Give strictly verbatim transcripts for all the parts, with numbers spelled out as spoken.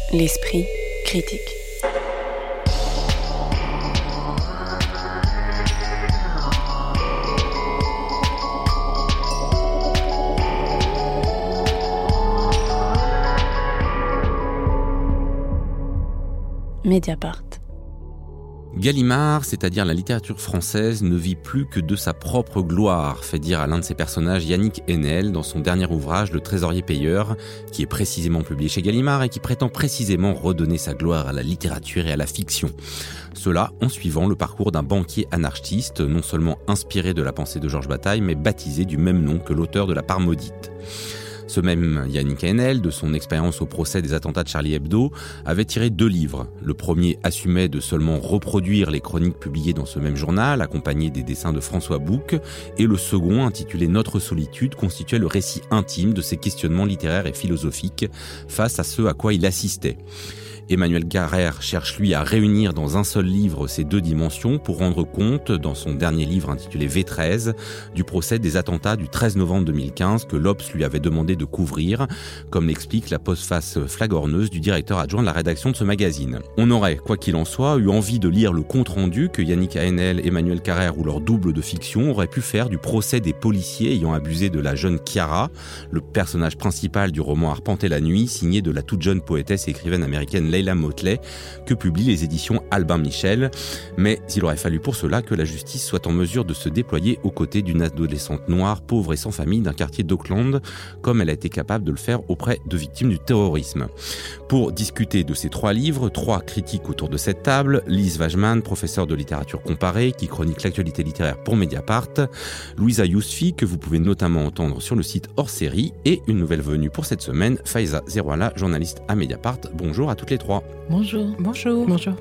L'esprit critique. Mediapart. Gallimard, c'est-à-dire la littérature française, ne vit plus que de sa propre gloire, fait dire à l'un de ses personnages Yannick Haenel dans son dernier ouvrage Le Trésorier payeur, qui est précisément publié chez Gallimard et qui prétend précisément redonner sa gloire à la littérature et à la fiction. Cela en suivant le parcours d'un banquier anarchiste, non seulement inspiré de la pensée de Georges Bataille, mais baptisé du même nom que l'auteur de La Part maudite. Ce même Yannick Haenel, de son expérience au procès des attentats de Charlie Hebdo, avait tiré deux livres. Le premier assumait de seulement reproduire les chroniques publiées dans ce même journal, accompagnées des dessins de François Bouc, et le second, intitulé Notre solitude, constituait le récit intime de ses questionnements littéraires et philosophiques face à ce à quoi il assistait. Emmanuel Carrère cherche lui à réunir dans un seul livre ces deux dimensions pour rendre compte, dans son dernier livre intitulé V treize, du procès des attentats du treize novembre deux mille quinze que l'Obs lui avait demandé de couvrir, comme l'explique la postface flagorneuse du directeur adjoint de la rédaction de ce magazine. On aurait, quoi qu'il en soit, eu envie de lire le compte-rendu que Yannick Haenel, Emmanuel Carrère ou leur double de fiction auraient pu faire du procès des policiers ayant abusé de la jeune Chiara, le personnage principal du roman Arpenter la nuit, signé de la toute jeune poétesse et écrivaine américaine Leila Motley, que publient les éditions Albin Michel. Mais il aurait fallu pour cela que la justice soit en mesure de se déployer aux côtés d'une adolescente noire, pauvre et sans famille d'un quartier d'Auckland, comme elle a été capable de le faire auprès de victimes du terrorisme. Pour discuter de ces trois livres, trois critiques autour de cette table: Lise Wajman, professeure de littérature comparée, qui chronique l'actualité littéraire pour Mediapart, Louisa Yousfi, que vous pouvez notamment entendre sur le site Hors Série, et une nouvelle venue pour cette semaine, Faiza Zerouala, journaliste à Mediapart. Bonjour à toutes les trois. Bonjour. Bonjour. Bonjour.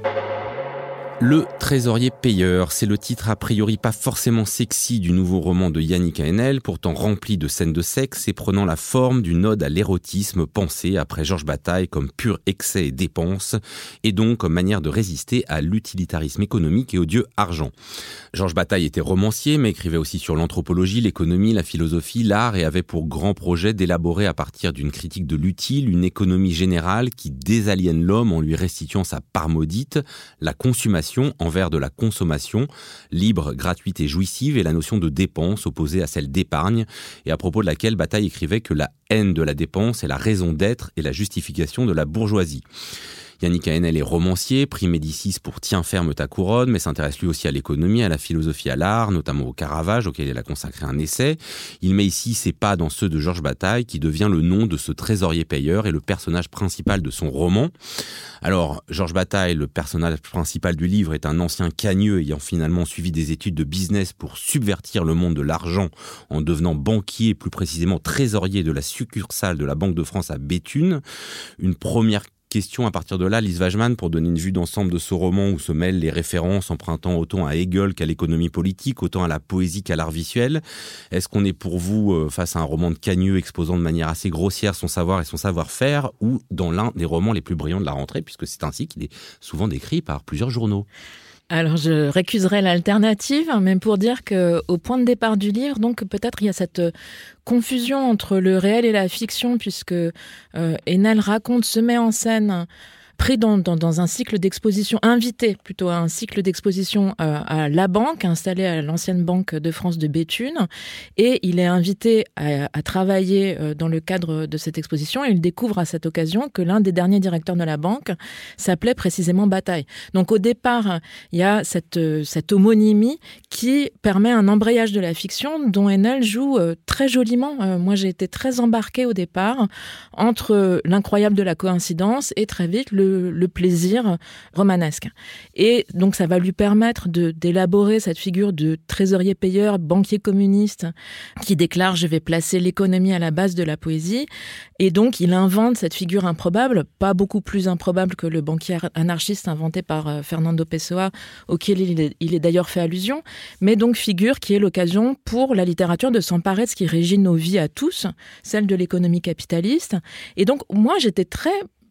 Le Trésorier payeur, c'est le titre a priori pas forcément sexy du nouveau roman de Yannick Haenel, pourtant rempli de scènes de sexe et prenant la forme d'une ode à l'érotisme pensé après Georges Bataille comme pur excès et dépense, et donc comme manière de résister à l'utilitarisme économique et au dieu argent. Georges Bataille était romancier, mais écrivait aussi sur l'anthropologie, l'économie, la philosophie, l'art, et avait pour grand projet d'élaborer à partir d'une critique de l'utile une économie générale qui désaliène l'homme en lui restituant sa part maudite, la consommation envers de la consommation, libre, gratuite et jouissive, et la notion de dépense opposée à celle d'épargne, et à propos de laquelle Bataille écrivait que la haine de la dépense est la raison d'être et la justification de la bourgeoisie. Yannick Haenel est romancier, prix Médicis pour Tiens ferme ta couronne, mais s'intéresse lui aussi à l'économie, à la philosophie, à l'art, notamment au Caravage, auquel il a consacré un essai. Il met ici ses pas dans ceux de Georges Bataille, qui devient le nom de ce trésorier payeur et le personnage principal de son roman. Alors, Georges Bataille, le personnage principal du livre, est un ancien cagneux ayant finalement suivi des études de business pour subvertir le monde de l'argent en devenant banquier, plus précisément trésorier de la succursale de la Banque de France à Béthune. Une première question à partir de là, Lise Wajman, pour donner une vue d'ensemble de ce roman où se mêlent les références empruntant autant à Hegel qu'à l'économie politique, autant à la poésie qu'à l'art visuel. Est-ce qu'on est pour vous face à un roman de cagneux exposant de manière assez grossière son savoir et son savoir-faire, ou dans l'un des romans les plus brillants de la rentrée, puisque c'est ainsi qu'il est souvent décrit par plusieurs journaux? Alors, je récuserai l'alternative, même pour dire qu'au point de départ du livre, donc peut-être il y a cette confusion entre le réel et la fiction, puisque euh, Haenel raconte, se met en scène pris dans, dans, dans un cycle d'exposition, invité plutôt à un cycle d'exposition euh, à la banque, installé à l'ancienne banque de France de Béthune, et il est invité à, à travailler euh, dans le cadre de cette exposition, et il découvre à cette occasion que l'un des derniers directeurs de la banque s'appelait précisément Bataille. Donc au départ, il y a cette, cette homonymie qui permet un embrayage de la fiction dont Haenel joue euh, très joliment. Euh, moi, j'ai été très embarquée au départ entre l'incroyable de la coïncidence et très vite le le plaisir romanesque. Et donc, ça va lui permettre de, d'élaborer cette figure de trésorier payeur, banquier communiste, qui déclare « je vais placer l'économie à la base de la poésie ». Et donc, il invente cette figure improbable, pas beaucoup plus improbable que le banquier anarchiste inventé par Fernando Pessoa, auquel il est, il est d'ailleurs fait allusion, mais donc figure qui est l'occasion pour la littérature de s'emparer de ce qui régit nos vies à tous, celle de l'économie capitaliste. Et donc, moi, j'étais très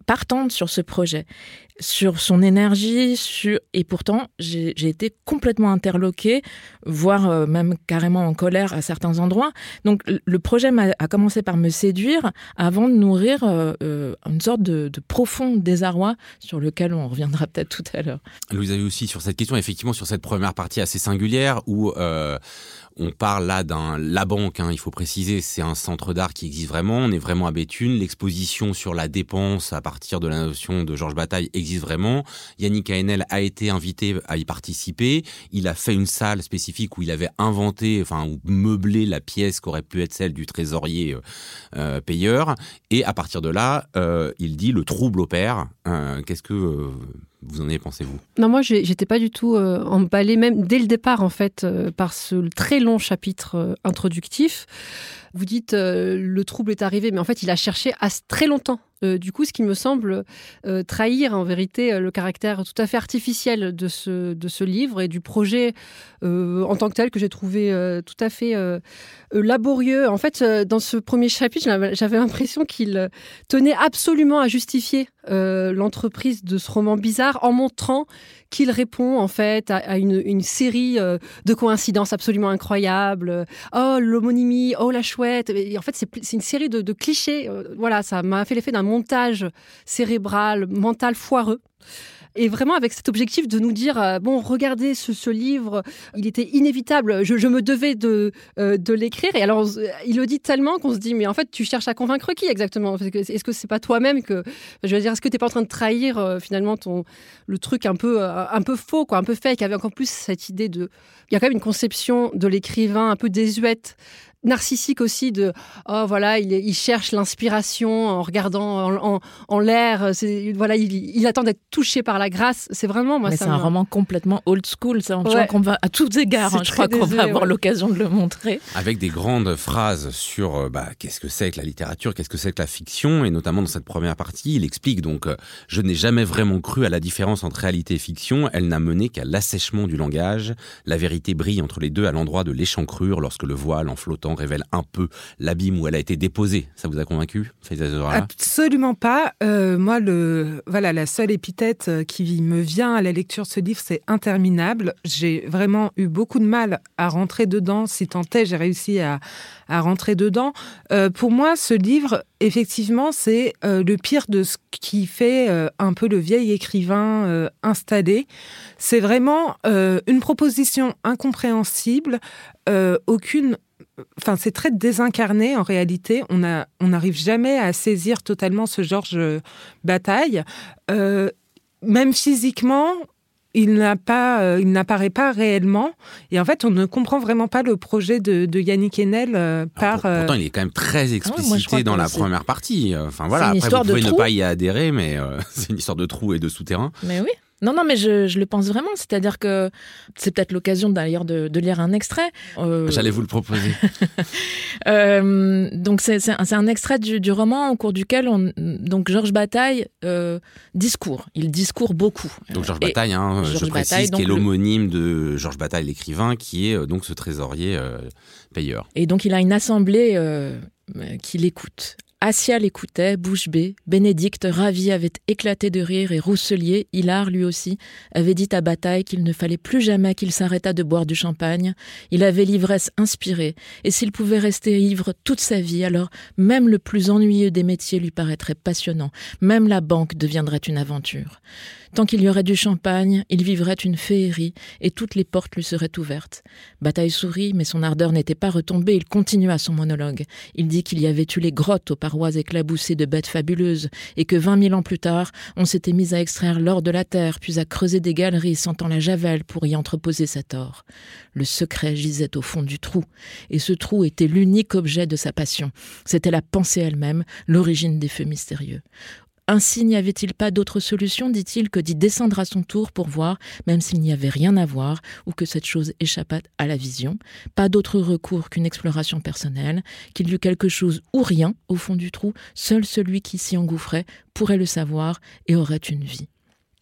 partante sur ce projet, sur son énergie, sur... et pourtant, j'ai, j'ai été complètement interloquée, voire euh, même carrément en colère à certains endroits. Donc, le projet m'a, a commencé par me séduire avant de nourrir euh, euh, une sorte de, de profond désarroi sur lequel on reviendra peut-être tout à l'heure. Louise a eu aussi sur cette question, effectivement, sur cette première partie assez singulière où euh, on parle là d'un... La Banque, hein, il faut préciser, c'est un centre d'art qui existe vraiment, on est vraiment à Béthune, l'exposition sur la dépense à partir de la notion de Georges Bataille existe vraiment. Yannick Haenel a été invité à y participer, il a fait une salle spécifique où il avait inventé, enfin, ou meublé la pièce qu'aurait pu être celle du trésorier euh, payeur, et à partir de là, euh, il dit le trouble opère. Euh, qu'est-ce que... Euh, vous en avez pensé, vous ? Non, moi, j'ai, j'étais pas du tout euh, emballée, même dès le départ, en fait, euh, par ce très long chapitre euh, introductif. Vous dites euh, le trouble est arrivé, mais en fait, il a cherché à très longtemps. Euh, du coup, ce qui me semble euh, trahir en vérité euh, le caractère tout à fait artificiel de ce, de ce livre et du projet euh, en tant que tel que j'ai trouvé euh, tout à fait euh, euh, laborieux. En fait, euh, dans ce premier chapitre, j'avais, j'avais l'impression qu'il tenait absolument à justifier euh, l'entreprise de ce roman bizarre en montrant qu'il répond en fait à, à une, une série euh, de coïncidences absolument incroyables. Oh, l'homonymie, oh, la chouette. Et en fait, c'est, c'est une série de, de clichés. Euh, voilà, ça m'a fait l'effet d'un montage cérébral, mental foireux. Et vraiment avec cet objectif de nous dire, euh, bon, regardez ce, ce livre, il était inévitable, je, je me devais de, euh, de l'écrire. Et alors, il le dit tellement qu'on se dit, mais en fait, tu cherches à convaincre qui exactement ? Est-ce que c'est pas toi-même que... Je veux dire, est-ce que t'es pas en train de trahir euh, finalement ton, le truc un peu, euh, un peu faux, quoi, un peu fake, avec encore plus cette idée de... Il y a quand même une conception de l'écrivain un peu désuète, narcissique aussi, de oh voilà, il, il cherche l'inspiration en regardant en, en, en l'air, c'est, voilà, il, il attend d'être touché par la grâce. C'est vraiment moi. Mais ça c'est me... un roman complètement old school, ça. Je ouais. crois qu'on va à tous égards. Hein, je crois qu'on va avoir ouais. l'occasion de le montrer. Avec des grandes phrases sur bah, qu'est-ce que c'est que la littérature, qu'est-ce que c'est que la fiction, et notamment dans cette première partie, il explique donc euh, je n'ai jamais vraiment cru à la différence entre réalité et fiction. Elle n'a mené qu'à l'assèchement du langage. La vérité brille entre les deux à l'endroit de l'échancrure lorsque le voile en flottant révèle un peu l'abîme où elle a été déposée. Ça vous a convaincu, Faiza Zahora ? Absolument pas. Euh, moi, le, voilà, la seule épithète qui me vient à la lecture de ce livre, c'est interminable. J'ai vraiment eu beaucoup de mal à rentrer dedans. Si tant est, j'ai réussi à, à rentrer dedans. Euh, pour moi, ce livre, effectivement, c'est euh, le pire de ce qui fait euh, un peu le vieil écrivain euh, installé. C'est vraiment euh, une proposition incompréhensible, euh, aucune... Enfin, c'est très désincarné en réalité. On a, on n'arrive jamais à saisir totalement ce Georges Bataille. Euh, même physiquement, il n'a pas, euh, il n'apparaît pas réellement. Et en fait, on ne comprend vraiment pas le projet de, de Yannick Haenel euh, par. Alors, pourtant, il est quand même très explicité ah ouais, dans la c'est... première partie. Enfin voilà. Après, vous pouvez ne pas y adhérer, mais euh, c'est une histoire de trou et de souterrain. Mais oui. Non, non, mais je, je le pense vraiment. C'est-à-dire que c'est peut-être l'occasion d'ailleurs de, de lire un extrait. Euh... J'allais vous le proposer. euh, donc c'est, c'est, un, c'est un extrait du, du roman au cours duquel on, donc Georges Bataille euh, discourt. Il discourt beaucoup. Donc Georges Bataille, hein, Georges je précise, Bataille, qui est l'homonyme le... de Georges Bataille, l'écrivain, qui est donc ce trésorier euh, payeur. Et donc il a une assemblée euh, qui l'écoute. Assia l'écoutait, bouche bée. Bénédicte, ravi, avait éclaté de rire et Rousselier, hilar lui aussi, avait dit à Bataille qu'il ne fallait plus jamais qu'il s'arrêtât de boire du champagne. Il avait l'ivresse inspirée, et s'il pouvait rester ivre toute sa vie, alors même le plus ennuyeux des métiers lui paraîtrait passionnant. Même la banque deviendrait une aventure. Tant qu'il y aurait du champagne, il vivrait une féerie et toutes les portes lui seraient ouvertes. Bataille sourit, mais son ardeur n'était pas retombée. Il continua son monologue. Il dit qu'il y avait eu les grottes aux parois éclaboussées de bêtes fabuleuses et que vingt mille ans plus tard, on s'était mis à extraire l'or de la terre, puis à creuser des galeries sentant la javel pour y entreposer cet or. Le secret gisait au fond du trou, et ce trou était l'unique objet de sa passion. C'était la pensée elle-même, l'origine des feux mystérieux. Ainsi, n'y avait-il pas d'autre solution, dit-il, que d'y descendre à son tour pour voir, même s'il n'y avait rien à voir, ou que cette chose échappât à la vision. Pas d'autre recours qu'une exploration personnelle, qu'il y eût quelque chose ou rien au fond du trou, seul celui qui s'y engouffrait pourrait le savoir et aurait une vie.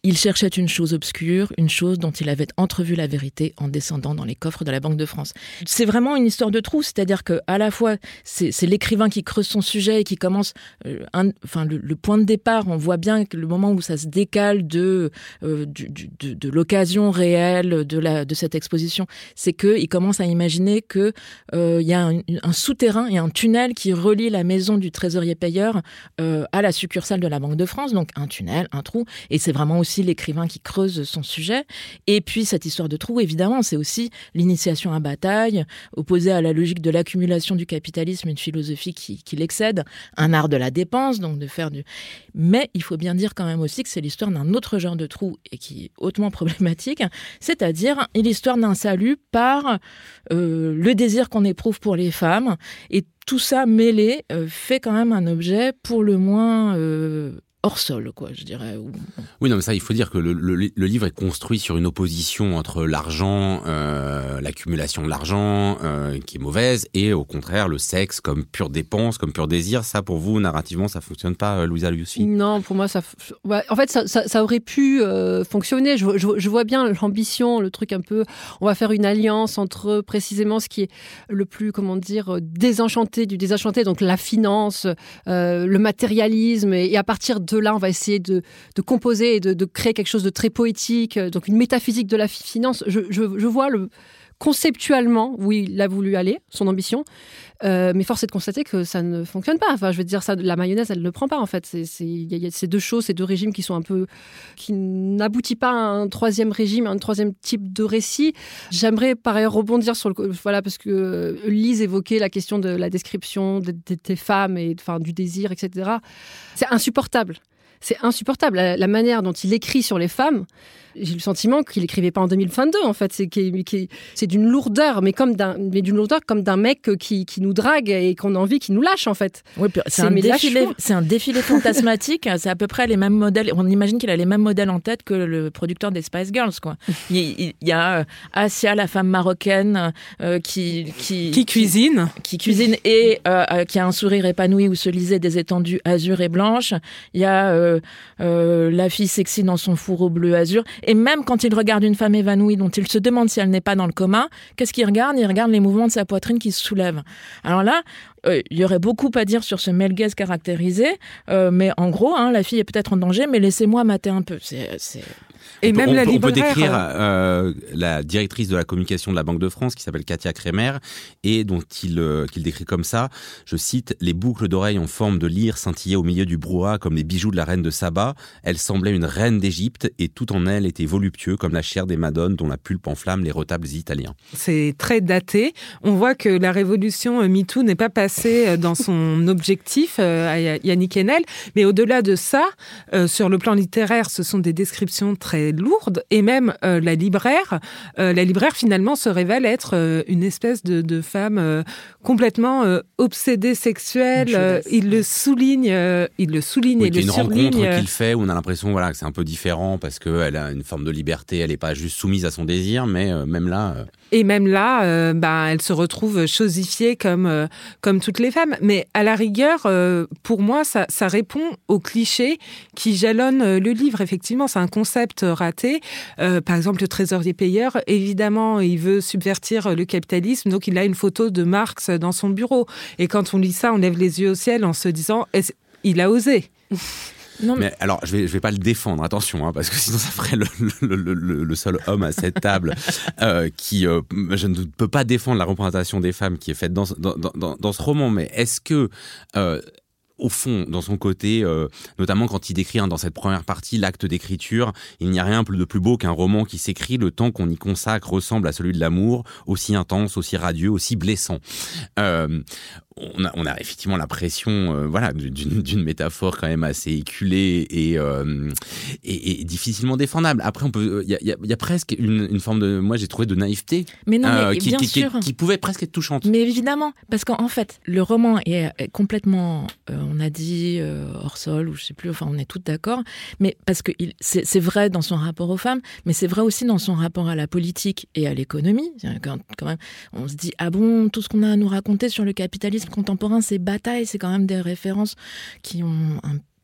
il cherchait une chose obscure, une chose dont il avait entrevu la vérité en descendant dans les coffres de la Banque de France. C'est vraiment une histoire de trou, c'est-à-dire que à la fois c'est, c'est l'écrivain qui creuse son sujet et qui commence, euh, un, enfin le, le point de départ, on voit bien que le moment où ça se décale de euh, du, du, de, de l'occasion réelle de la de cette exposition, c'est que il commence à imaginer que euh, il y a un, un souterrain, il y a un tunnel qui relie la maison du trésorier payeur euh, à la succursale de la Banque de France, donc un tunnel, un trou, et c'est vraiment aussi l'écrivain qui creuse son sujet. Et puis cette histoire de trou, évidemment, c'est aussi l'initiation à bataille, opposée à la logique de l'accumulation du capitalisme, une philosophie qui, qui l'excède, un art de la dépense, donc de faire du... Mais il faut bien dire quand même aussi que c'est l'histoire d'un autre genre de trou, et qui est hautement problématique, c'est-à-dire l'histoire d'un salut par euh, le désir qu'on éprouve pour les femmes, et tout ça mêlé euh, fait quand même un objet pour le moins... Euh, hors sol, quoi, je dirais. Oui, non, mais ça, il faut dire que le, le, le livre est construit sur une opposition entre l'argent, euh, l'accumulation de l'argent, euh, qui est mauvaise, et au contraire, le sexe comme pure dépense, comme pur désir. Ça, pour vous, narrativement, ça fonctionne pas, Louisa Liuzzi ? Non, pour moi, ça... Ouais, en fait, ça, ça, ça aurait pu euh, fonctionner. Je, je, je vois bien l'ambition, le truc un peu... On va faire une alliance entre, précisément, ce qui est le plus, comment dire, désenchanté du désenchanté, donc la finance, euh, le matérialisme, et, et à partir de là, on va essayer de, de composer et de, de créer quelque chose de très poétique, donc une métaphysique de la finance. Je, je, je vois le, conceptuellement où il a voulu aller, son ambition, euh, mais force est de constater que ça ne fonctionne pas. Enfin, je veux dire, ça, la mayonnaise, elle ne prend pas, en fait. Il y, y a ces deux choses, ces deux régimes qui sont un peu... qui n'aboutissent pas à un troisième régime, à un troisième type de récit. J'aimerais, par ailleurs, rebondir sur le... Voilà, parce que Lise évoquait la question de la description des, des, des femmes, et, enfin, du désir, et cetera. C'est insupportable. C'est insupportable. La, la manière dont il écrit sur les femmes, j'ai le sentiment qu'il n'écrivait pas en deux mille vingt-deux, en fait. C'est, qui, qui, c'est d'une lourdeur, mais, comme d'un, mais d'une lourdeur comme d'un mec qui, qui nous drague et qu'on a envie qu'il nous lâche, en fait. Oui, c'est, c'est, un défilé, c'est un défilé fantasmatique. C'est à peu près les mêmes modèles. On imagine qu'il a les mêmes modèles en tête que le producteur des Spice Girls, quoi. Il, il, il y a euh, Asia, la femme marocaine, euh, qui, qui, qui cuisine. Qui, qui cuisine et euh, euh, qui a un sourire épanoui où se lisaient des étendues azur et blanches. Il y a euh, euh, la fille sexy dans son fourreau bleu azur. Et même quand il regarde une femme évanouie dont il se demande si elle n'est pas dans le coma, qu'est-ce qu'il regarde ? Il regarde les mouvements de sa poitrine qui se soulèvent. Alors là, euh, il y aurait beaucoup à dire sur ce male gaze caractérisé, euh, mais en gros, hein, la fille est peut-être en danger, mais laissez-moi mater un peu. C'est... c'est... Et on même peut, la on peut, libraire. On peut décrire euh, la directrice de la communication de la Banque de France, qui s'appelle Katia Kremer, et dont il, euh, qu'il décrit comme ça, je cite, « Les boucles d'oreilles en forme de lyre scintillaient au milieu du brouhaha comme les bijoux de la reine de Saba. Elle semblait une reine d'Égypte, et tout en elle était voluptueux comme la chair des madones dont la pulpe enflamme les retables italiens. » C'est très daté. On voit que la révolution MeToo n'est pas passée dans son objectif euh, à Yannick Enel, mais au-delà de ça, euh, sur le plan littéraire, ce sont des descriptions très lourde, et même euh, la libraire, euh, la libraire finalement se révèle être euh, une espèce de, de femme euh, complètement euh, obsédée sexuelle. Euh, il le souligne, euh, il le souligne oui, et le une surligne. rencontre qu'il fait où on a l'impression voilà que c'est un peu différent parce qu'elle a une forme de liberté, elle n'est pas juste soumise à son désir, mais euh, même là. Euh... Et même là, euh, bah, elle se retrouve chosifiée comme euh, comme toutes les femmes. Mais à la rigueur, euh, pour moi, ça, ça répond aux clichés qui jalonnent le livre. Effectivement, c'est un concept raté. Euh, par exemple, le trésorier payeur, évidemment, il veut subvertir le capitalisme, donc il a une photo de Marx dans son bureau. Et quand on lit ça, on lève les yeux au ciel en se disant, il a osé. Non, mais... mais alors, je vais, je vais pas le défendre, attention, hein, parce que sinon ça ferait le, le, le, le, le seul homme à cette table euh, qui, euh, je ne peux pas défendre la représentation des femmes qui est faite dans, dans, dans, dans ce roman. Mais est-ce que euh, au fond, dans son côté, euh, notamment quand il décrit hein, dans cette première partie l'acte d'écriture, il n'y a rien de plus beau qu'un roman qui s'écrit, le temps qu'on y consacre ressemble à celui de l'amour, aussi intense, aussi radieux, aussi blessant. Euh, on a, on a effectivement l'impression, euh, voilà, d'une, d'une métaphore quand même assez éculée et, euh, et, et difficilement défendable. Après, on peut, il y a, y a, y a presque une, une forme de, moi j'ai trouvé de naïveté, mais non, mais euh, qui, bien qui, sûr. Qui, qui pouvait presque être touchante. Mais évidemment, parce qu'en fait, le roman est complètement, euh, on a dit euh, hors sol ou je sais plus, enfin on est toutes d'accord, mais parce que il, c'est, c'est vrai dans son rapport aux femmes, mais c'est vrai aussi dans son rapport à la politique et à l'économie. Quand, quand même, on se dit ah bon, tout ce qu'on a à nous raconter sur le capitalisme contemporain, c'est bataille, c'est quand même des références qui ont un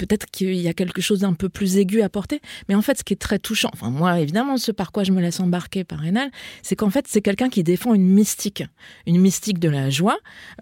peut-être qu'il y a quelque chose d'un peu plus aigu à porter. Mais en fait, ce qui est très touchant, enfin moi, évidemment, ce par quoi je me laisse embarquer par Haenel, c'est qu'en fait, c'est quelqu'un qui défend une mystique, une mystique de la joie.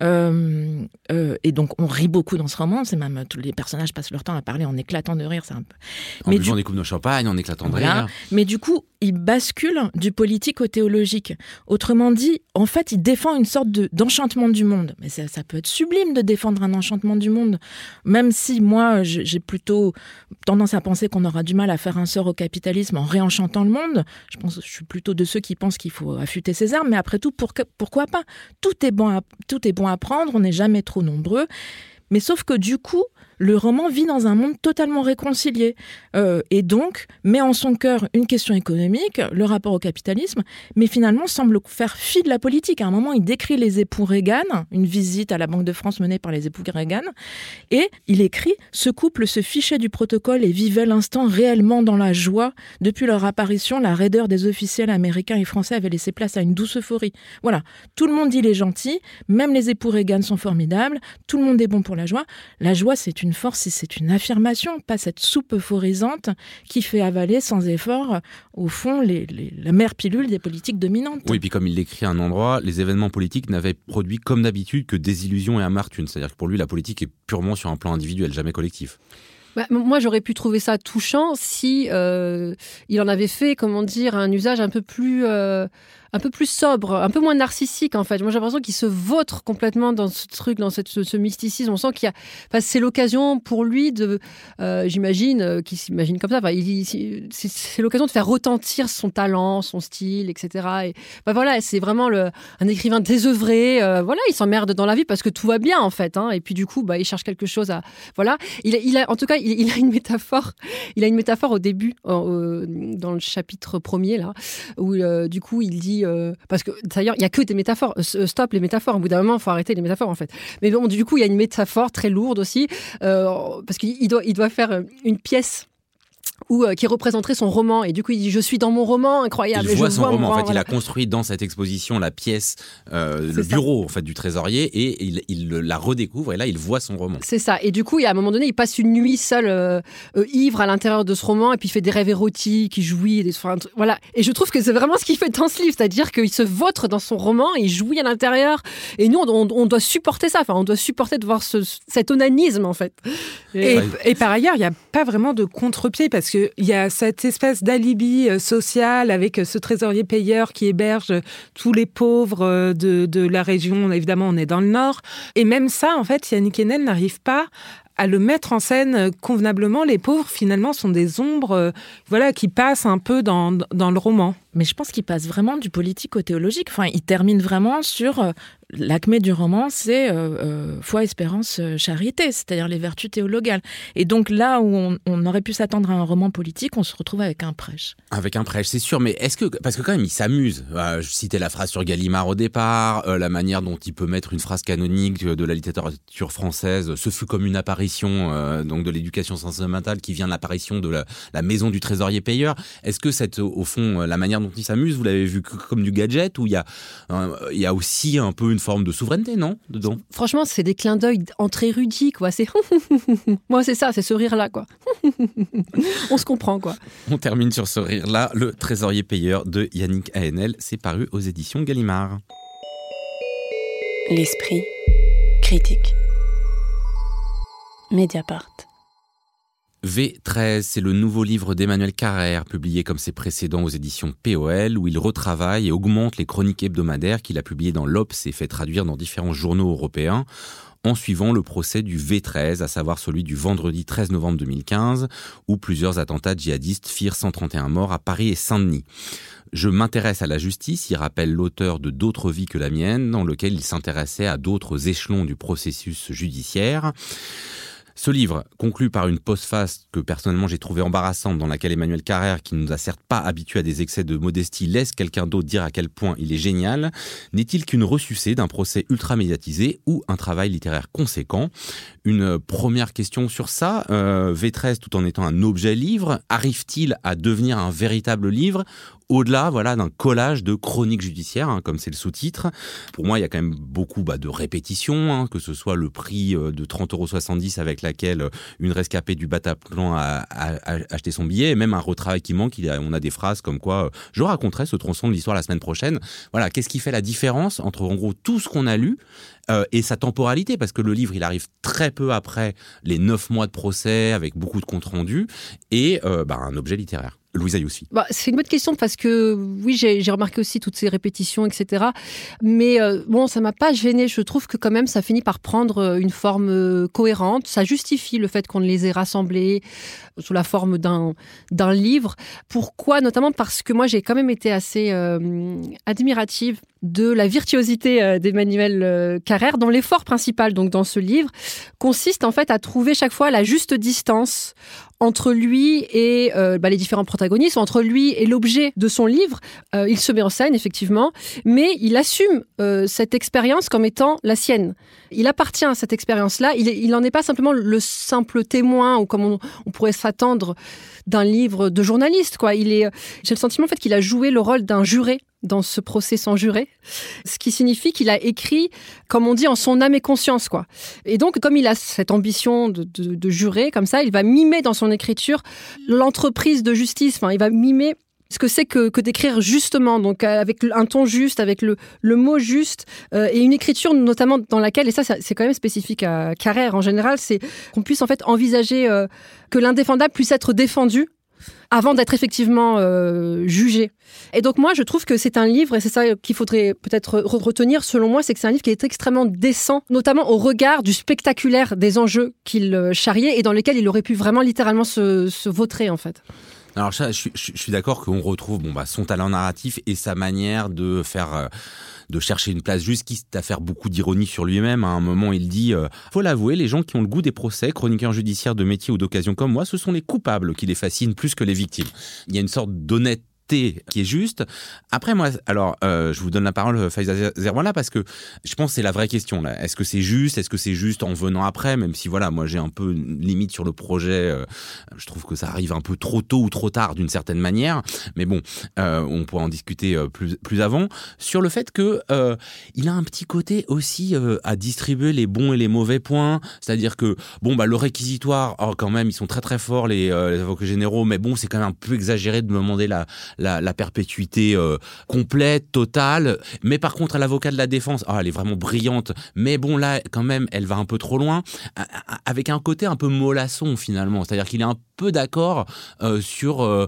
Euh, euh, et donc, on rit beaucoup dans ce roman. C'est même, tous les personnages passent leur temps à parler en éclatant de rire. C'est un peu... En mais buvant du... des coupes de champagne, en éclatant de voilà. rire. Mais du coup, il bascule du politique au théologique. Autrement dit, en fait, il défend une sorte de, d'enchantement du monde. Mais ça, ça peut être sublime de défendre un enchantement du monde. Même si moi, j'ai plutôt tendance à penser qu'on aura du mal à faire un sort au capitalisme en réenchantant le monde. Je pense, je suis plutôt de ceux qui pensent qu'il faut affûter ses armes. Mais après tout, pour que, pourquoi pas ? Tout est bon à, tout est bon à prendre. On n'est jamais trop nombreux. Mais sauf que du coup, le roman vit dans un monde totalement réconcilié euh, et donc met en son cœur une question économique, le rapport au capitalisme, mais finalement semble faire fi de la politique. À un moment, il décrit les époux Reagan, une visite à la Banque de France menée par les époux Reagan, et il écrit « Ce couple se fichait du protocole et vivait l'instant réellement dans la joie. Depuis leur apparition, la raideur des officiels américains et français avait laissé place à une douce euphorie. » Voilà, tout le monde dit les gentils, même les époux Reagan sont formidables, tout le monde est bon pour la joie. La joie, c'est une force et c'est une affirmation, pas cette soupe euphorisante qui fait avaler sans effort, au fond, les, les, la mère pilule des politiques dominantes. Oui, et puis comme il l'écrit à un endroit, les événements politiques n'avaient produit comme d'habitude que désillusion et amertume. C'est-à-dire que pour lui, la politique est purement sur un plan individuel, jamais collectif. Bah, moi, j'aurais pu trouver ça touchant si euh, il en avait fait, comment dire, un usage un peu plus... Euh un peu plus sobre, un peu moins narcissique en fait. Moi j'ai l'impression qu'il se vautre complètement dans ce truc, dans cette, ce, ce mysticisme. On sent qu'il y a, enfin, c'est l'occasion pour lui de, euh, j'imagine, euh, qu'il s'imagine comme ça. Enfin, il, il, c'est, c'est l'occasion de faire retentir son talent, son style, et cetera. Et bah, voilà, c'est vraiment le, un écrivain désœuvré. Euh, voilà, il s'emmerde dans la vie parce que tout va bien en fait. Hein, et puis du coup, bah, il cherche quelque chose à, voilà. Il, il a, en tout cas, il, il a une métaphore. Il a une métaphore au début, euh, dans le chapitre premier là, où euh, du coup il dit Euh, parce que d'ailleurs il y a que des métaphores, euh, stop les métaphores, au bout d'un moment il faut arrêter les métaphores en fait, mais bon du coup il y a une métaphore très lourde aussi euh, parce qu'il doit, il doit faire une pièce ou euh, qui représenterait son roman, et du coup il dit je suis dans mon roman, incroyable. Il voit je son vois roman, mon en fait, voilà. Il a construit dans cette exposition la pièce, euh, le ça. bureau en fait du trésorier, et il, il la redécouvre, et là il voit son roman. C'est ça, et du coup, à un moment donné, il passe une nuit seul, euh, euh, ivre à l'intérieur de ce roman, et puis il fait des rêves érotiques, il jouit, des, enfin, voilà. Et je trouve que c'est vraiment ce qu'il fait dans ce livre, c'est-à-dire qu'il se vautre dans son roman, et il jouit à l'intérieur, et nous, on, on, on doit supporter ça, enfin, on doit supporter de voir ce, cet onanisme, en fait. Et, et, et par ailleurs, il n'y a pas vraiment de contre-pied, parce qu'il y a cette espèce d'alibi social avec ce trésorier payeur qui héberge tous les pauvres de, de la région. Évidemment, on est dans le Nord. Et même ça, en fait, Yannick Haenel n'arrive pas à le mettre en scène convenablement. Les pauvres, finalement, sont des ombres euh, voilà, qui passent un peu dans, dans le roman. Mais je pense qu'il passe vraiment du politique au théologique. Enfin, il termine vraiment sur... Euh, l'acmé du roman, c'est euh, euh, foi, espérance, euh, charité, c'est-à-dire les vertus théologales. Et donc là où on, on aurait pu s'attendre à un roman politique, on se retrouve avec un prêche. Avec un prêche, c'est sûr. Mais est-ce que... Parce que quand même, il s'amuse. Euh, je citais la phrase sur Gallimard au départ, euh, la manière dont il peut mettre une phrase canonique de la littérature française. Ce fut comme une apparition euh, donc de l'éducation sentimentale qui vient de l'apparition de la, la maison du trésorier payeur. Est-ce que cette, au fond, la manière dont il s'amuse, vous l'avez vu comme du gadget, ou il y a, euh, il y a aussi un peu une forme de souveraineté, non, dedans? Franchement, c'est des clins d'œil entre érudits, quoi. C'est moi, c'est ça, c'est ce rire-là, quoi. On se comprend, quoi. On termine sur ce rire-là. Le trésorier payeur de Yannick Haenel, c'est paru aux éditions Gallimard. L'esprit critique. Mediapart. V treize, c'est le nouveau livre d'Emmanuel Carrère, publié comme ses précédents aux éditions P O L, où il retravaille et augmente les chroniques hebdomadaires qu'il a publiées dans l'Obs et fait traduire dans différents journaux européens, en suivant le procès du V treize, à savoir celui du vendredi treize novembre deux mille quinze, où plusieurs attentats djihadistes firent cent trente et un morts à Paris et Saint-Denis. Je m'intéresse à la justice, il rappelle l'auteur de D'autres vies que la mienne, dans lequel il s'intéressait à d'autres échelons du processus judiciaire. Ce livre, conclu par une postface que personnellement j'ai trouvée embarrassante, dans laquelle Emmanuel Carrère, qui ne nous a certes pas habitués à des excès de modestie, laisse quelqu'un d'autre dire à quel point il est génial, n'est-il qu'une ressucée d'un procès ultra médiatisé ou un travail littéraire conséquent? Une première question sur ça, euh, V treize, tout en étant un objet livre, arrive-t-il à devenir un véritable livre, au-delà, voilà, d'un collage de chroniques judiciaires, hein, comme c'est le sous-titre. Pour moi, il y a quand même beaucoup bah, de répétitions, hein, que ce soit le prix de trente euros soixante-dix avec laquelle une rescapée du Bataclan a, a, a acheté son billet, et même un retravail qui manque. Il y a, on a des phrases comme quoi euh, je raconterai ce tronçon de l'histoire la semaine prochaine. Voilà, qu'est-ce qui fait la différence entre en gros tout ce qu'on a lu euh, et sa temporalité, parce que le livre il arrive très peu après les neuf mois de procès avec beaucoup de comptes rendus et euh, bah, un objet littéraire. Louisa Yousfi. Bah, c'est une bonne question parce que oui, j'ai, j'ai remarqué aussi toutes ces répétitions, et cetera. Mais euh, bon, ça m'a pas gênée. Je trouve que quand même, ça finit par prendre une forme euh, cohérente. Ça justifie le fait qu'on les ait rassemblés sous la forme d'un, d'un livre. Pourquoi ? Notamment parce que moi, j'ai quand même été assez euh, admirative de la virtuosité euh, d'Emmanuel euh, Carrère, dont l'effort principal, donc dans ce livre, consiste en fait à trouver chaque fois la juste distance entre lui et euh, bah, les différents protagonistes, entre lui et l'objet de son livre. Euh, il se met en scène, effectivement, mais il assume euh, cette expérience comme étant la sienne. Il appartient à cette expérience-là. Il n'en est pas simplement le simple témoin, ou comme on, on pourrait s'attendre d'un livre de journaliste, quoi. Il est, j'ai le sentiment en fait, qu'il a joué le rôle d'un juré dans ce procès sans juré, ce qui signifie qu'il a écrit, comme on dit, en son âme et conscience, quoi. Et donc, comme il a cette ambition de, de, de jurer, comme ça, il va mimer dans son écriture l'entreprise de justice. Enfin, il va mimer ce que c'est que, que d'écrire justement, donc avec un ton juste, avec le, le mot juste, euh, et une écriture notamment dans laquelle, et ça c'est quand même spécifique à Carrère en général, c'est qu'on puisse en fait envisager euh, que l'indéfendable puisse être défendu avant d'être effectivement euh, jugé. Et donc moi, je trouve que c'est un livre, et c'est ça qu'il faudrait peut-être retenir selon moi, c'est que c'est un livre qui est extrêmement décent, notamment au regard du spectaculaire des enjeux qu'il charriait et dans lesquels il aurait pu vraiment littéralement se, se vautrer en fait. Alors ça, je, je, je suis d'accord qu'on retrouve bon, bah, son talent narratif et sa manière de faire... Euh, de chercher une place juste, quitte à faire beaucoup d'ironie sur lui-même. À un moment, il dit euh, « Faut l'avouer, les gens qui ont le goût des procès, chroniqueurs judiciaires de métier ou d'occasion comme moi, ce sont les coupables qui les fascinent plus que les victimes. » Il y a une sorte d'honnêteté qui est juste. Après, moi, alors, euh, je vous donne la parole, Faiza Zerwala, parce que je pense que c'est la vraie question, là. Est-ce que c'est juste ? Est-ce que c'est juste en venant après ? Même si, voilà, moi, j'ai un peu une limite sur le projet. Euh, je trouve que ça arrive un peu trop tôt ou trop tard, d'une certaine manière. Mais bon, euh, on pourra en discuter euh, plus, plus avant. Sur le fait que euh, il a un petit côté aussi euh, à distribuer les bons et les mauvais points. C'est-à-dire que, bon, bah, le réquisitoire, oh, quand même, ils sont très, très forts, les, euh, les avocats généraux. Mais bon, c'est quand même un peu exagéré de me demander la La, la perpétuité euh, complète, totale. Mais par contre, à l'avocat de la défense, oh, elle est vraiment brillante. Mais bon, là, quand même, elle va un peu trop loin. Avec un côté un peu mollasson, finalement. C'est-à-dire qu'il est un peu d'accord euh, sur euh,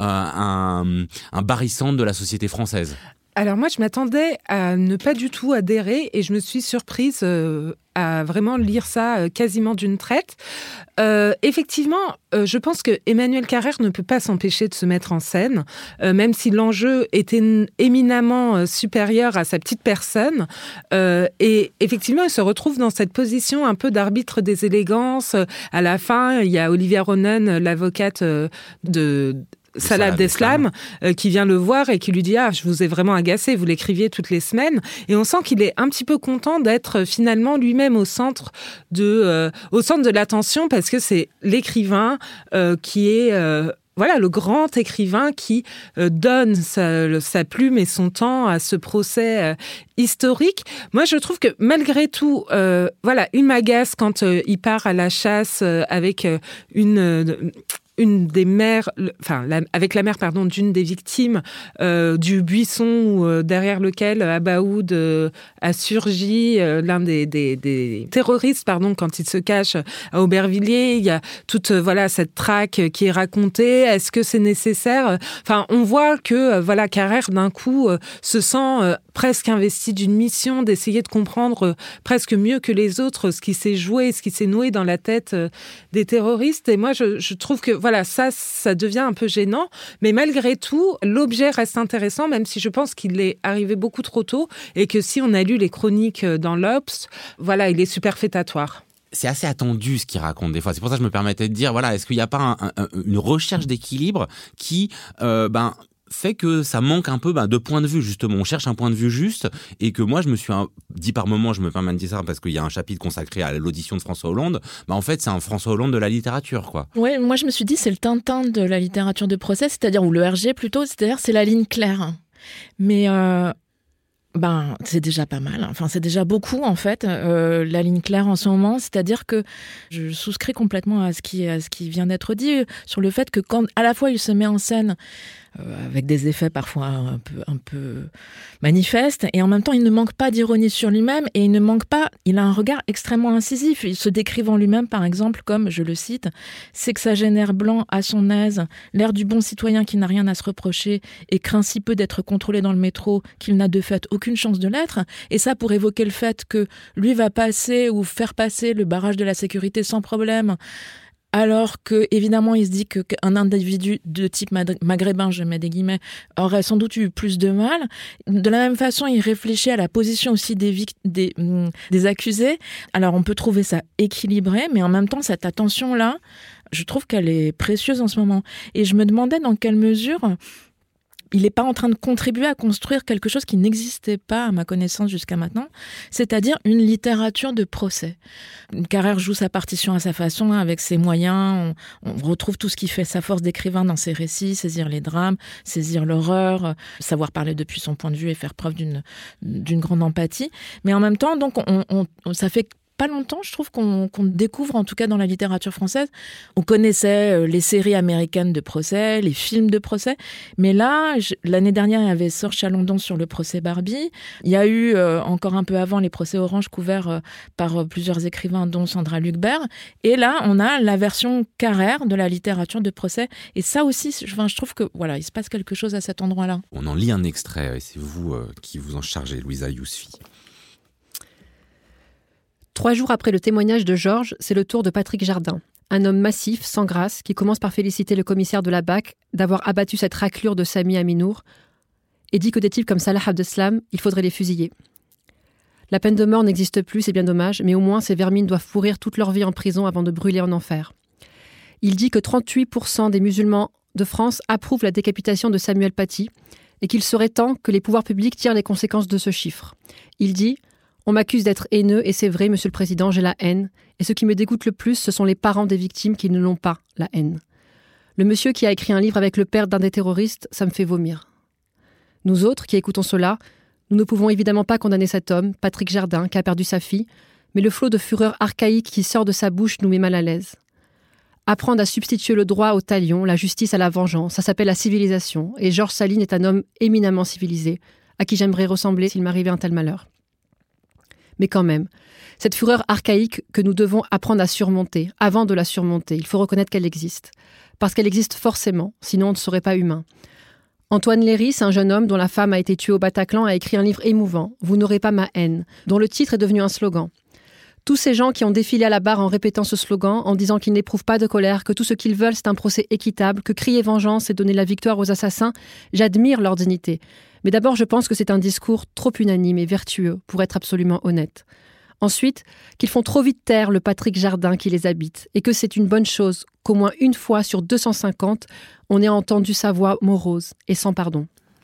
un, un barissante de la société française. Alors moi, je m'attendais à ne pas du tout adhérer et je me suis surprise euh, à vraiment lire ça euh, quasiment d'une traite. Euh, effectivement, euh, je pense que Emmanuel Carrère ne peut pas s'empêcher de se mettre en scène, euh, même si l'enjeu était éminemment euh, supérieur à sa petite personne. Euh, et effectivement, il se retrouve dans cette position un peu d'arbitre des élégances. À la fin, il y a Olivia Ronan, l'avocate euh, de... Salah Abdeslam, euh, qui vient le voir et qui lui dit « Ah, je vous ai vraiment agacé, vous l'écriviez toutes les semaines. » Et on sent qu'il est un petit peu content d'être finalement lui-même au centre de, euh, au centre de l'attention, parce que c'est l'écrivain euh, qui est... Euh, Voilà, le grand écrivain qui euh, donne sa, sa plume et son temps à ce procès euh, historique. Moi, je trouve que malgré tout, euh, voilà, il m'agace quand euh, il part à la chasse euh, avec euh, une... Euh, une des mères, enfin, la, avec la mère, pardon, d'une des victimes euh, du buisson euh, derrière lequel Abaoud euh, a surgi, euh, l'un des, des, des terroristes, pardon, quand il se cache à Aubervilliers. Il y a toute, euh, voilà, cette traque qui est racontée. Est-ce que c'est nécessaire ? Enfin, on voit que, euh, voilà, Carrère, d'un coup, euh, se sent euh, presque investi d'une mission d'essayer de comprendre euh, presque mieux que les autres ce qui s'est joué, ce qui s'est noué dans la tête euh, des terroristes. Et moi, je, je trouve que, voilà, Voilà, ça, ça devient un peu gênant. Mais malgré tout, l'objet reste intéressant, même si je pense qu'il est arrivé beaucoup trop tôt et que si on a lu les chroniques dans l'Obs, voilà, il est superfétatoire. C'est assez attendu ce qu'il raconte des fois. C'est pour ça que je me permettais de dire, voilà, est-ce qu'il n'y a pas un, un, une recherche d'équilibre qui, euh, ben, fait que ça manque un peu bah, de point de vue, justement. On cherche un point de vue juste, et que moi, je me suis un, dit par moment, je me permets de dire ça parce qu'il y a un chapitre consacré à l'audition de François Hollande, bah, en fait, c'est un François Hollande de la littérature, quoi. Ouais, moi, je me suis dit, c'est le Tintin de la littérature de procès, c'est-à-dire, ou le R G plutôt, c'est-à-dire, c'est la ligne claire. Mais... Euh... Ben, c'est déjà pas mal. Enfin, c'est déjà beaucoup, en fait, euh, la ligne claire en ce moment. C'est-à-dire que je souscris complètement à ce qui, à ce qui vient d'être dit sur le fait que quand, à la fois, il se met en scène euh, avec des effets parfois un peu, un peu manifestes, et en même temps, il ne manque pas d'ironie sur lui-même, et il ne manque pas, il a un regard extrêmement incisif. Il se décrivant lui-même, par exemple, comme, je le cite, sexagénaire blanc à son aise, l'air du bon citoyen qui n'a rien à se reprocher et craint si peu d'être contrôlé dans le métro qu'il n'a de fait aucune chance de l'être. Et ça, pour évoquer le fait que lui va passer ou faire passer le barrage de la sécurité sans problème, alors que, évidemment, il se dit que, qu'un individu de type maghrébin, je mets des guillemets, aurait sans doute eu plus de mal. De la même façon, il réfléchit à la position aussi des, vict- des, des accusés. Alors, on peut trouver ça équilibré, mais en même temps, cette attention-là, je trouve qu'elle est précieuse en ce moment. Et je me demandais dans quelle mesure il n'est pas en train de contribuer à construire quelque chose qui n'existait pas, à ma connaissance, jusqu'à maintenant, c'est-à-dire une littérature de procès. Carrère joue sa partition à sa façon, avec ses moyens. On, on retrouve tout ce qui fait sa force d'écrivain dans ses récits, saisir les drames, saisir l'horreur, savoir parler depuis son point de vue et faire preuve d'une, d'une grande empathie. Mais en même temps, donc, on, on, ça fait pas longtemps, je trouve, qu'on, qu'on découvre, en tout cas dans la littérature française. On connaissait les séries américaines de procès, les films de procès, mais là, je, l'année dernière, il y avait Sorge Chalandon sur le procès Barbie. Il y a eu, euh, encore un peu avant, les procès Orange couverts euh, par euh, plusieurs écrivains, dont Sandra Lucbert. Et là, on a la version Carrère de la littérature de procès. Et ça aussi, je, enfin, je trouve que voilà, il se passe quelque chose à cet endroit-là. On en lit un extrait, et c'est vous euh, qui vous en chargez, Louisa Yousfi. Trois jours après le témoignage de Georges, c'est le tour de Patrick Jardin, un homme massif, sans grâce, qui commence par féliciter le commissaire de la B A C d'avoir abattu cette raclure de Sami Aminour et dit que des types comme Salah Abdeslam, il faudrait les fusiller. La peine de mort n'existe plus, c'est bien dommage, mais au moins ces vermines doivent pourrir toute leur vie en prison avant de brûler en enfer. Il dit que trente-huit pour cent des musulmans de France approuvent la décapitation de Samuel Paty et qu'il serait temps que les pouvoirs publics tirent les conséquences de ce chiffre. Il dit « On m'accuse d'être haineux et c'est vrai, monsieur le président, j'ai la haine. Et ce qui me dégoûte le plus, ce sont les parents des victimes qui ne l'ont pas, la haine. Le monsieur qui a écrit un livre avec le père d'un des terroristes, ça me fait vomir. Nous autres, qui écoutons cela, nous ne pouvons évidemment pas condamner cet homme, Patrick Jardin, qui a perdu sa fille, mais le flot de fureur archaïque qui sort de sa bouche nous met mal à l'aise. Apprendre à substituer le droit au talion, la justice à la vengeance, ça s'appelle la civilisation, et Georges Saline est un homme éminemment civilisé, à qui j'aimerais ressembler s'il m'arrivait un tel malheur. Mais quand même, cette fureur archaïque que nous devons apprendre à surmonter, avant de la surmonter, il faut reconnaître qu'elle existe. Parce qu'elle existe forcément, sinon on ne serait pas humain. Antoine Léris, un jeune homme dont la femme a été tuée au Bataclan, a écrit un livre émouvant, « Vous n'aurez pas ma haine », dont le titre est devenu un slogan. Tous ces gens qui ont défilé à la barre en répétant ce slogan, en disant qu'ils n'éprouvent pas de colère, que tout ce qu'ils veulent c'est un procès équitable, que crier vengeance et donner la victoire aux assassins, j'admire leur dignité. Mais d'abord, je pense que c'est un discours trop unanime et vertueux, pour être absolument honnête. Ensuite, qu'ils font trop vite taire le Patrick Jardin qui les habite, et que c'est une bonne chose qu'au moins une fois sur deux cent cinquante, on ait entendu sa voix morose et sans pardon.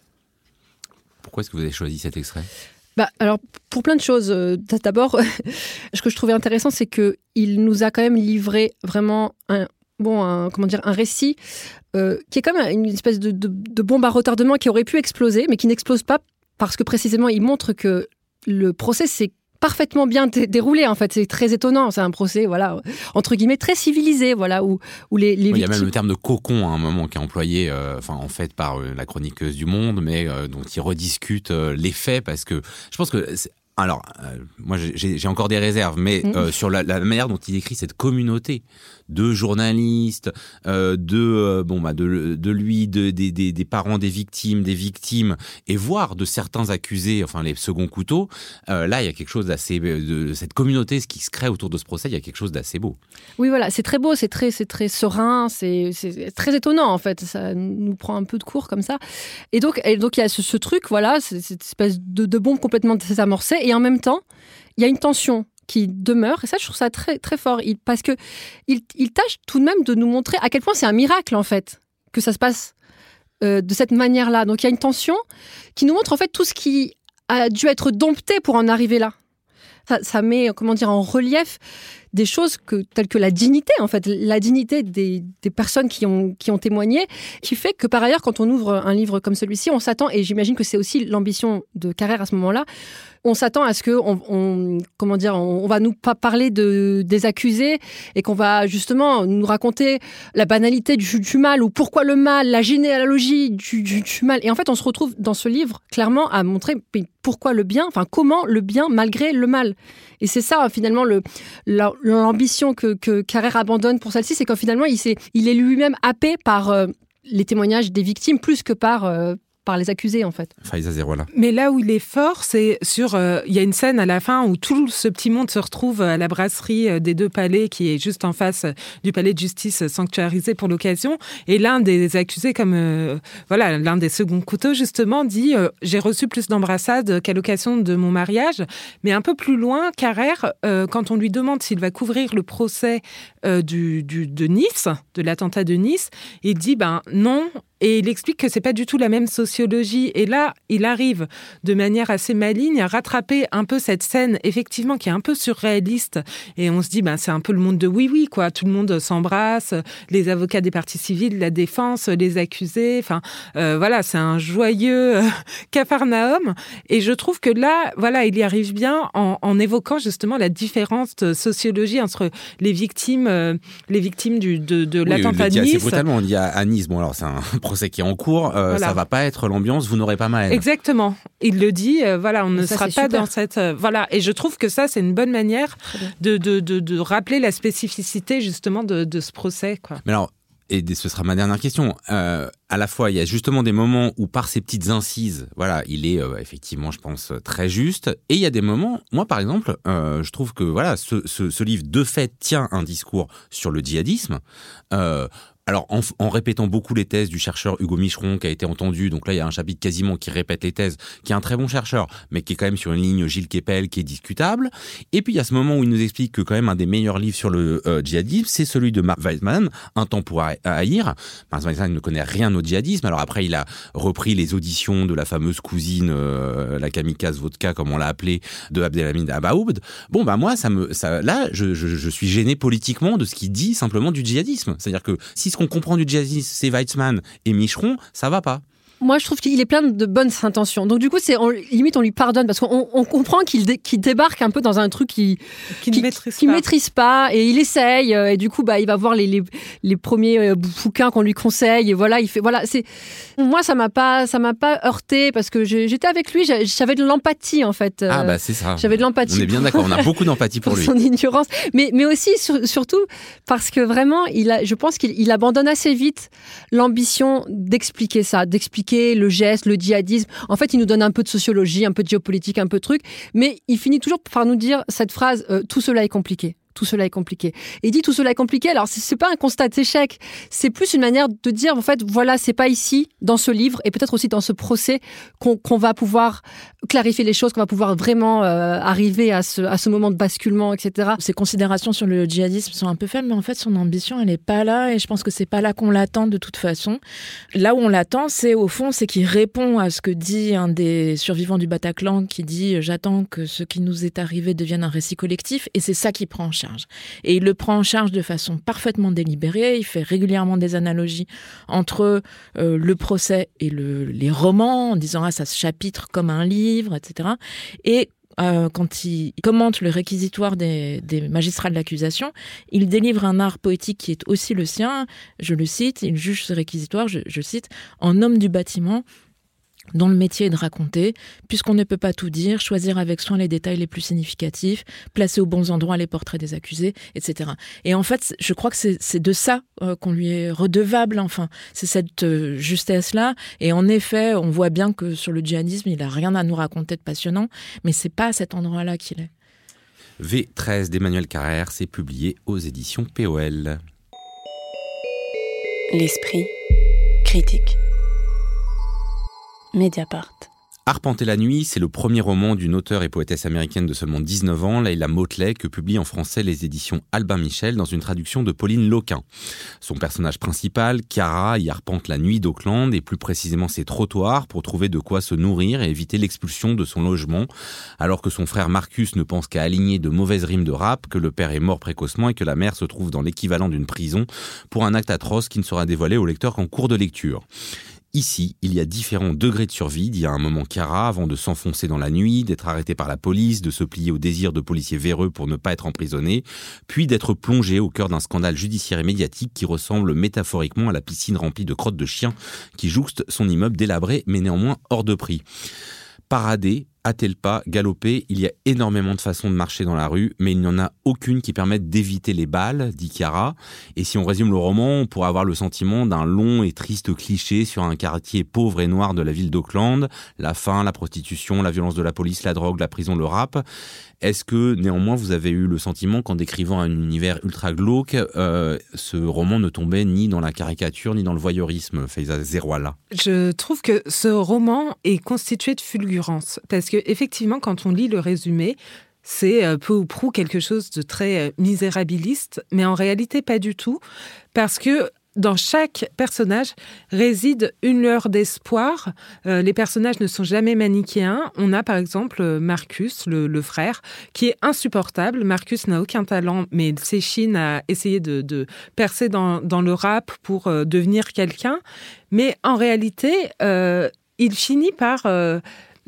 Pourquoi est-ce que vous avez choisi cet extrait ? Bah, alors, pour plein de choses. D'abord, ce que je trouvais intéressant, c'est qu'il nous a quand même livré vraiment un... Bon, un, comment dire, un récit euh, qui est comme une espèce de, de, de bombe à retardement qui aurait pu exploser, mais qui n'explose pas parce que précisément il montre que le procès s'est parfaitement bien dé- déroulé. En fait, c'est très étonnant. C'est un procès, voilà, entre guillemets, très civilisé, voilà, où, où les, les oui, victimes... Il y a même le terme de cocon à un moment qui est employé, euh, enfin en fait par euh, la chroniqueuse du Monde, mais euh, dont il rediscute euh, les faits parce que je pense que c'est... Alors, euh, moi, j'ai, j'ai encore des réserves, mais euh, sur la, la manière dont il décrit cette communauté de journalistes, euh, de euh, bon bah de, de lui, de, des, des, des parents des victimes, des victimes, et voire de certains accusés, enfin les seconds couteaux. Euh, là, il y a quelque chose d'assez de cette communauté, ce qui se crée autour de ce procès, il y a quelque chose d'assez beau. Oui, voilà, c'est très beau, c'est très, c'est très serein, c'est, c'est très étonnant en fait. Ça nous prend un peu de cours comme ça. Et donc, et donc il y a ce, ce truc, voilà, cette espèce de, de bombe complètement désamorcée. Et en même temps, il y a une tension qui demeure, et ça, je trouve ça très, très fort, il, parce que il, il tâche tout de même de nous montrer à quel point c'est un miracle, en fait, que ça se passe euh, de cette manière-là. Donc il y a une tension qui nous montre en fait tout ce qui a dû être dompté pour en arriver là. Ça, ça met, comment dire, en relief des choses que, telles que la dignité, en fait, la dignité des, des personnes qui ont, qui ont témoigné, qui fait que par ailleurs, quand on ouvre un livre comme celui-ci, on s'attend, et j'imagine que c'est aussi l'ambition de Carrère à ce moment-là, on s'attend à ce que, on, on, comment dire, on, on va nous parler de, des accusés et qu'on va justement nous raconter la banalité du, du mal ou pourquoi le mal, la généalogie du, du, du mal. Et en fait, on se retrouve dans ce livre clairement à montrer pourquoi le bien, enfin comment le bien malgré le mal. Et c'est ça finalement le, l'ambition que, que Carrère abandonne pour celle-ci, c'est qu'en finalement il, s'est, il est lui-même happé par euh, les témoignages des victimes plus que par euh, par les accusés, en fait. Faiza Zerouala. Mais là où il est fort, c'est sur... Il euh, y a une scène à la fin où tout ce petit monde se retrouve à la brasserie des Deux Palais, qui est juste en face du palais de justice sanctuarisé pour l'occasion. Et l'un des accusés, comme... Euh, voilà, l'un des seconds couteaux, justement, dit euh, « J'ai reçu plus d'embrassades qu'à l'occasion de mon mariage ». Mais un peu plus loin, Carrère, euh, quand on lui demande s'il va couvrir le procès euh, du, du, de Nice, de l'attentat de Nice, il dit ben, « Non ». Et il explique que c'est pas du tout la même sociologie. Et là, il arrive de manière assez maligne à rattraper un peu cette scène, effectivement, qui est un peu surréaliste. Et on se dit, ben, c'est un peu le monde de oui-oui, quoi. Tout le monde s'embrasse, les avocats des parties civiles, la défense, les accusés. Enfin, euh, voilà, c'est un joyeux euh, capharnaüm. Et je trouve que là, voilà, il y arrive bien en, en évoquant justement la différence de sociologie entre les victimes, euh, les victimes du, de, de oui, l'attentat de Nice. Assez brutalement, on dit à, à Nice, bon alors c'est un procès qui est en cours, euh, voilà. Ça va pas être l'ambiance, vous n'aurez pas ma haine. Exactement. Il le dit, euh, voilà, on ne ça, sera pas super. dans cette... Euh, voilà, et je trouve que ça, c'est une bonne manière de, de, de, de rappeler la spécificité, justement, de, de ce procès, quoi. Mais alors, et ce sera ma dernière question, euh, à la fois, il y a justement des moments où, par ces petites incises, voilà, il est euh, effectivement, je pense, très juste, et il y a des moments, moi, par exemple, euh, je trouve que, voilà, ce, ce, ce livre, de fait, tient un discours sur le djihadisme, euh, alors, en, en répétant beaucoup les thèses du chercheur Hugo Micheron qui a été entendu, donc là, il y a un chapitre quasiment qui répète les thèses, qui est un très bon chercheur, mais qui est quand même sur une ligne Gilles Kepel qui est discutable. Et puis, il y a ce moment où il nous explique que quand même un des meilleurs livres sur le euh, djihadisme, c'est celui de Mark Weizmann, Un temps pour haïr. Mark Weizmann ne connaît rien au djihadisme. Alors après, il a repris les auditions de la fameuse cousine, euh, la kamikaze vodka, comme on l'a appelée, de Abdelhamid Abaoud. Bon, bah moi, ça me, ça, là, je, je, je suis gêné politiquement de ce qu'il dit simplement du djihadisme. C'est-à-dire que si ce qu'on comprend du djihadisme, c'est Weizmann et Micheron, ça va pas. Moi, je trouve qu'il est plein de bonnes intentions. Donc, du coup, c'est on, limite, on lui pardonne parce qu'on on comprend qu'il, dé, qu'il débarque un peu dans un truc qui qui ne maîtrise, qui maîtrise pas, et il essaye. Et du coup, bah, il va voir les les, les premiers bouquins qu'on lui conseille. Et voilà, il fait. Voilà, c'est. Moi, ça m'a pas, ça m'a pas heurté parce que j'étais avec lui. J'avais de l'empathie en fait. Ah bah c'est ça. J'avais de l'empathie. On est bien d'accord. On a beaucoup d'empathie pour, pour lui. Son ignorance, mais mais aussi sur, surtout parce que vraiment, il a. Je pense qu'il il abandonne assez vite l'ambition d'expliquer ça, d'expliquer le geste, le djihadisme. En fait, il nous donne un peu de sociologie, un peu de géopolitique, un peu de trucs, mais il finit toujours par nous dire cette phrase euh, « tout cela est compliqué ». Tout cela est compliqué. Et il dit tout cela est compliqué. Alors, c'est, c'est pas un constat d'échec. C'est plus une manière de dire, en fait, voilà, c'est pas ici, dans ce livre, et peut-être aussi dans ce procès, qu'on, qu'on va pouvoir clarifier les choses, qu'on va pouvoir vraiment euh, arriver à ce, à ce moment de basculement, et cetera. Ses considérations sur le djihadisme sont un peu faibles, mais en fait, son ambition, elle est pas là, et je pense que c'est pas là qu'on l'attend de toute façon. Là où on l'attend, c'est au fond, c'est qu'il répond à ce que dit un des survivants du Bataclan, qui dit « J'attends que ce qui nous est arrivé devienne un récit collectif », et c'est ça qu'il prend en charge. Et il le prend en charge de façon parfaitement délibérée. Il fait régulièrement des analogies entre euh, le procès et le, les romans, en disant « Ah, ça se chapitre comme un livre », et cetera. Et euh, quand il commente le réquisitoire des, des magistrats de l'accusation, il délivre un art poétique qui est aussi le sien. Je le cite, il juge ce réquisitoire, je, je cite, « En homme du bâtiment », dont le métier est de raconter, puisqu'on ne peut pas tout dire, choisir avec soin les détails les plus significatifs, placer aux bons endroits les portraits des accusés, et cetera. Et en fait, je crois que c'est, c'est de ça euh, qu'on lui est redevable, enfin. C'est cette euh, justesse-là. Et en effet, on voit bien que sur le djihadisme, il n'a rien à nous raconter de passionnant, mais c'est pas à cet endroit-là qu'il est. V treize d'Emmanuel Carrère, c'est publié aux éditions P O L. L'esprit critique. Mediapart. Arpenter la nuit, c'est le premier roman d'une auteure et poétesse américaine de seulement dix-neuf ans, Leila Motley, que publie en français les éditions Albin Michel dans une traduction de Pauline Loquin. Son personnage principal, Chiara, y arpente la nuit d'Auckland et plus précisément ses trottoirs pour trouver de quoi se nourrir et éviter l'expulsion de son logement, alors que son frère Marcus ne pense qu'à aligner de mauvaises rimes de rap, que le père est mort précocement et que la mère se trouve dans l'équivalent d'une prison pour un acte atroce qui ne sera dévoilé au lecteur qu'en cours de lecture. Ici, il y a différents degrés de survie. Il y a un moment Chiara avant de s'enfoncer dans la nuit, d'être arrêté par la police, de se plier au désir de policiers véreux pour ne pas être emprisonné, puis d'être plongé au cœur d'un scandale judiciaire et médiatique qui ressemble métaphoriquement à la piscine remplie de crottes de chiens qui jouxte son immeuble délabré mais néanmoins hors de prix. Parader, hâter le pas, galoper, il y a énormément de façons de marcher dans la rue, mais il n'y en a aucune qui permette d'éviter les balles, dit Chiara. Et si on résume le roman, on pourrait avoir le sentiment d'un long et triste cliché sur un quartier pauvre et noir de la ville d'Auckland, la faim, la prostitution, la violence de la police, la drogue, la prison, le rap. Est-ce que néanmoins vous avez eu le sentiment qu'en décrivant un univers ultra glauque, euh, ce roman ne tombait ni dans la caricature ni dans le voyeurisme, Faiza Zerouala? Je trouve que ce roman est constitué de fulgurance, parce que effectivement, quand on lit le résumé, c'est peu ou prou quelque chose de très misérabiliste, mais en réalité pas du tout, parce que dans chaque personnage réside une lueur d'espoir. Euh, les personnages ne sont jamais manichéens. On a par exemple Marcus, le, le frère, qui est insupportable. Marcus n'a aucun talent, mais il s'échine à essayer de, de percer dans, dans le rap pour euh, devenir quelqu'un. Mais en réalité, euh, il finit par... Euh,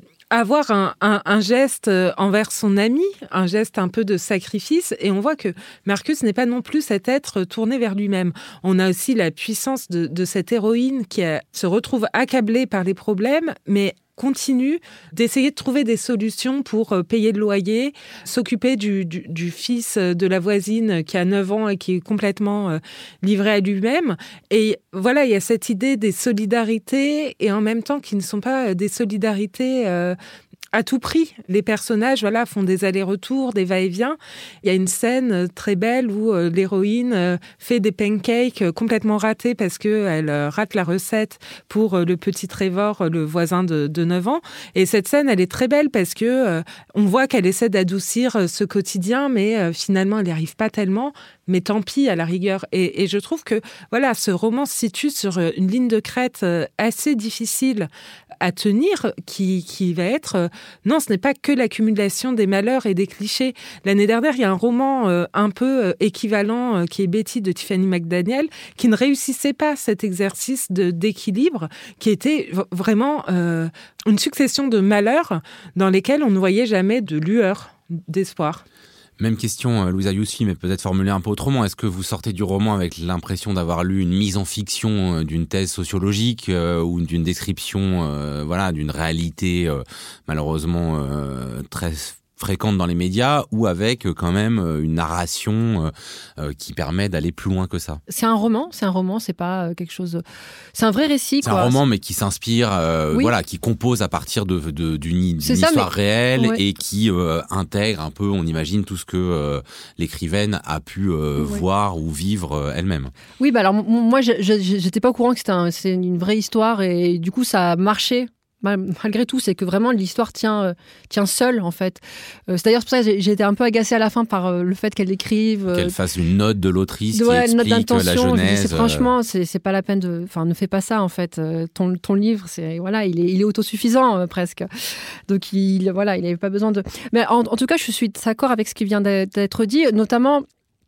avoir un, un, un geste envers son ami, un geste un peu de sacrifice, et on voit que Marcus n'est pas non plus cet être tourné vers lui-même. On a aussi la puissance de, de cette héroïne qui a, se retrouve accablée par les problèmes, mais continue d'essayer de trouver des solutions pour payer le loyer, s'occuper du, du, du fils de la voisine qui a neuf ans et qui est complètement livré à lui-même. Et voilà, il y a cette idée des solidarités et en même temps qui ne sont pas des solidarités euh, à tout prix. Les personnages voilà, font des allers-retours, des va-et-vient. Il y a une scène très belle où euh, l'héroïne euh, fait des pancakes euh, complètement ratés parce qu'elle euh, rate la recette pour euh, le petit Trevor, euh, le voisin de, de neuf ans. Et cette scène, elle est très belle parce que euh, on voit qu'elle essaie d'adoucir euh, ce quotidien, mais euh, finalement, elle n'y arrive pas tellement. Mais tant pis, à la rigueur. Et, et je trouve que voilà, ce roman se situe sur une ligne de crête euh, assez difficile à tenir, qui, qui va être... Euh, non, ce n'est pas que l'accumulation des malheurs et des clichés. L'année dernière, il y a un roman euh, un peu euh, équivalent euh, qui est Betty de Tiffany McDaniel, qui ne réussissait pas cet exercice de, d'équilibre, qui était v- vraiment euh, une succession de malheurs dans lesquels on ne voyait jamais de lueur d'espoir. Même question, Louisa Yousfi, mais peut-être formulée un peu autrement. Est-ce que vous sortez du roman avec l'impression d'avoir lu une mise en fiction d'une thèse sociologique euh, ou d'une description euh, voilà, d'une réalité euh, malheureusement euh, très fréquente dans les médias, ou avec quand même une narration euh, qui permet d'aller plus loin que ça? C'est un roman, c'est un roman, c'est pas quelque chose... C'est un vrai récit, c'est quoi. un roman, mais qui s'inspire, euh, oui. voilà, qui compose à partir de, de, d'une, d'une ça, histoire mais... réelle ouais. et qui euh, intègre un peu, on imagine, tout ce que euh, l'écrivaine a pu euh, ouais. voir ou vivre euh, elle-même. Oui, bah alors moi, je, je, j'étais pas au courant que c'était, un, c'était une vraie histoire et du coup, ça a marché. Malgré tout, c'est que vraiment l'histoire tient, euh, tient seule, en fait. Euh, c'est d'ailleurs pour ça que j'ai, j'ai été un peu agacée à la fin par euh, le fait qu'elle écrive... Euh, qu'elle fasse une note de l'autrice ouais, qui explique la genèse. C'est, franchement, c'est, c'est pas la peine de... Enfin, ne fais pas ça, en fait. Euh, ton, ton livre, c'est, voilà, il, est, il est autosuffisant, euh, presque. Donc, il voilà, il n'avait pas besoin de... Mais en, en tout cas, je suis d'accord avec ce qui vient d'être dit, notamment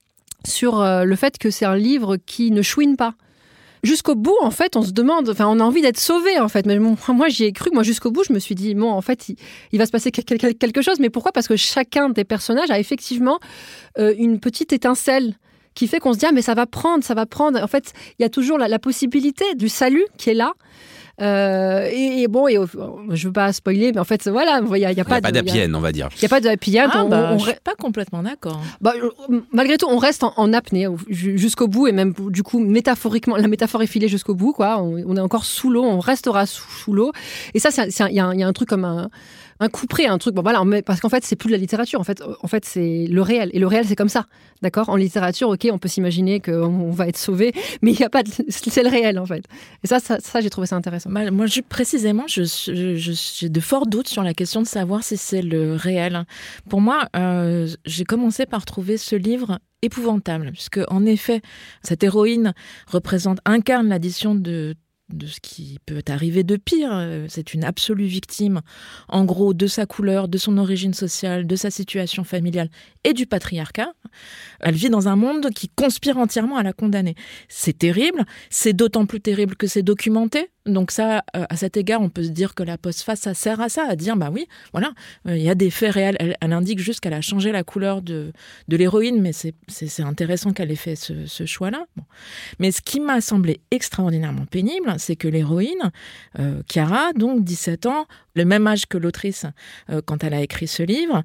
sur euh, le fait que c'est un livre qui ne chouine pas. Jusqu'au bout, en fait, on se demande, enfin, on a envie d'être sauvé, en fait. Mais bon, moi, j'y ai cru. Moi, jusqu'au bout, je me suis dit, bon, en fait, il, il va se passer quelque chose. Mais pourquoi ? Parce que chacun des personnages a effectivement euh, une petite étincelle qui fait qu'on se dit, ah, mais ça va prendre, ça va prendre. En fait, il y a toujours la, la possibilité du salut qui est là. Euh, et, et bon, et, je veux pas spoiler, mais en fait, voilà, il y a, y a pas, pas d'happy end, on va dire. Il y a pas de happy end. Ah, on, bah, on, on, je suis pas complètement d'accord. Bah, malgré tout, on reste en, en apnée jusqu'au bout, et même du coup, métaphoriquement, la métaphore est filée jusqu'au bout, quoi. On, on est encore sous l'eau, on restera sous, sous l'eau. Et ça, il y, y a un truc comme un un couperet, un truc. Bon, voilà, mais parce qu'en fait, c'est plus de la littérature. En fait, en fait, c'est le réel. Et le réel, c'est comme ça. D'accord ? En littérature, ok, on peut s'imaginer qu'on va être sauvé, mais il y a pas de... c'est le réel, en fait. Et ça, ça, ça j'ai trouvé ça intéressant. Bah, moi, je, précisément, je, je, je, j'ai de forts doutes sur la question de savoir si c'est le réel. Pour moi, euh, j'ai commencé par trouver ce livre épouvantable, puisque en effet, cette héroïne représente, incarne l'addition de de ce qui peut arriver de pire. C'est une absolue victime, en gros, de sa couleur, de son origine sociale, de sa situation familiale et du patriarcat. Elle vit dans un monde qui conspire entièrement à la condamner. C'est terrible, c'est d'autant plus terrible que c'est documenté. Donc ça, à cet égard, on peut se dire que la postface, ça sert à ça, à dire, bah oui, voilà, il y a des faits réels. Elle, elle indique juste qu'elle a changé la couleur de, de l'héroïne, mais c'est, c'est, c'est intéressant qu'elle ait fait ce, ce choix-là. Bon. Mais ce qui m'a semblé extraordinairement pénible, c'est que l'héroïne, euh, Chiara, donc dix-sept ans, le même âge que l'autrice euh, quand elle a écrit ce livre,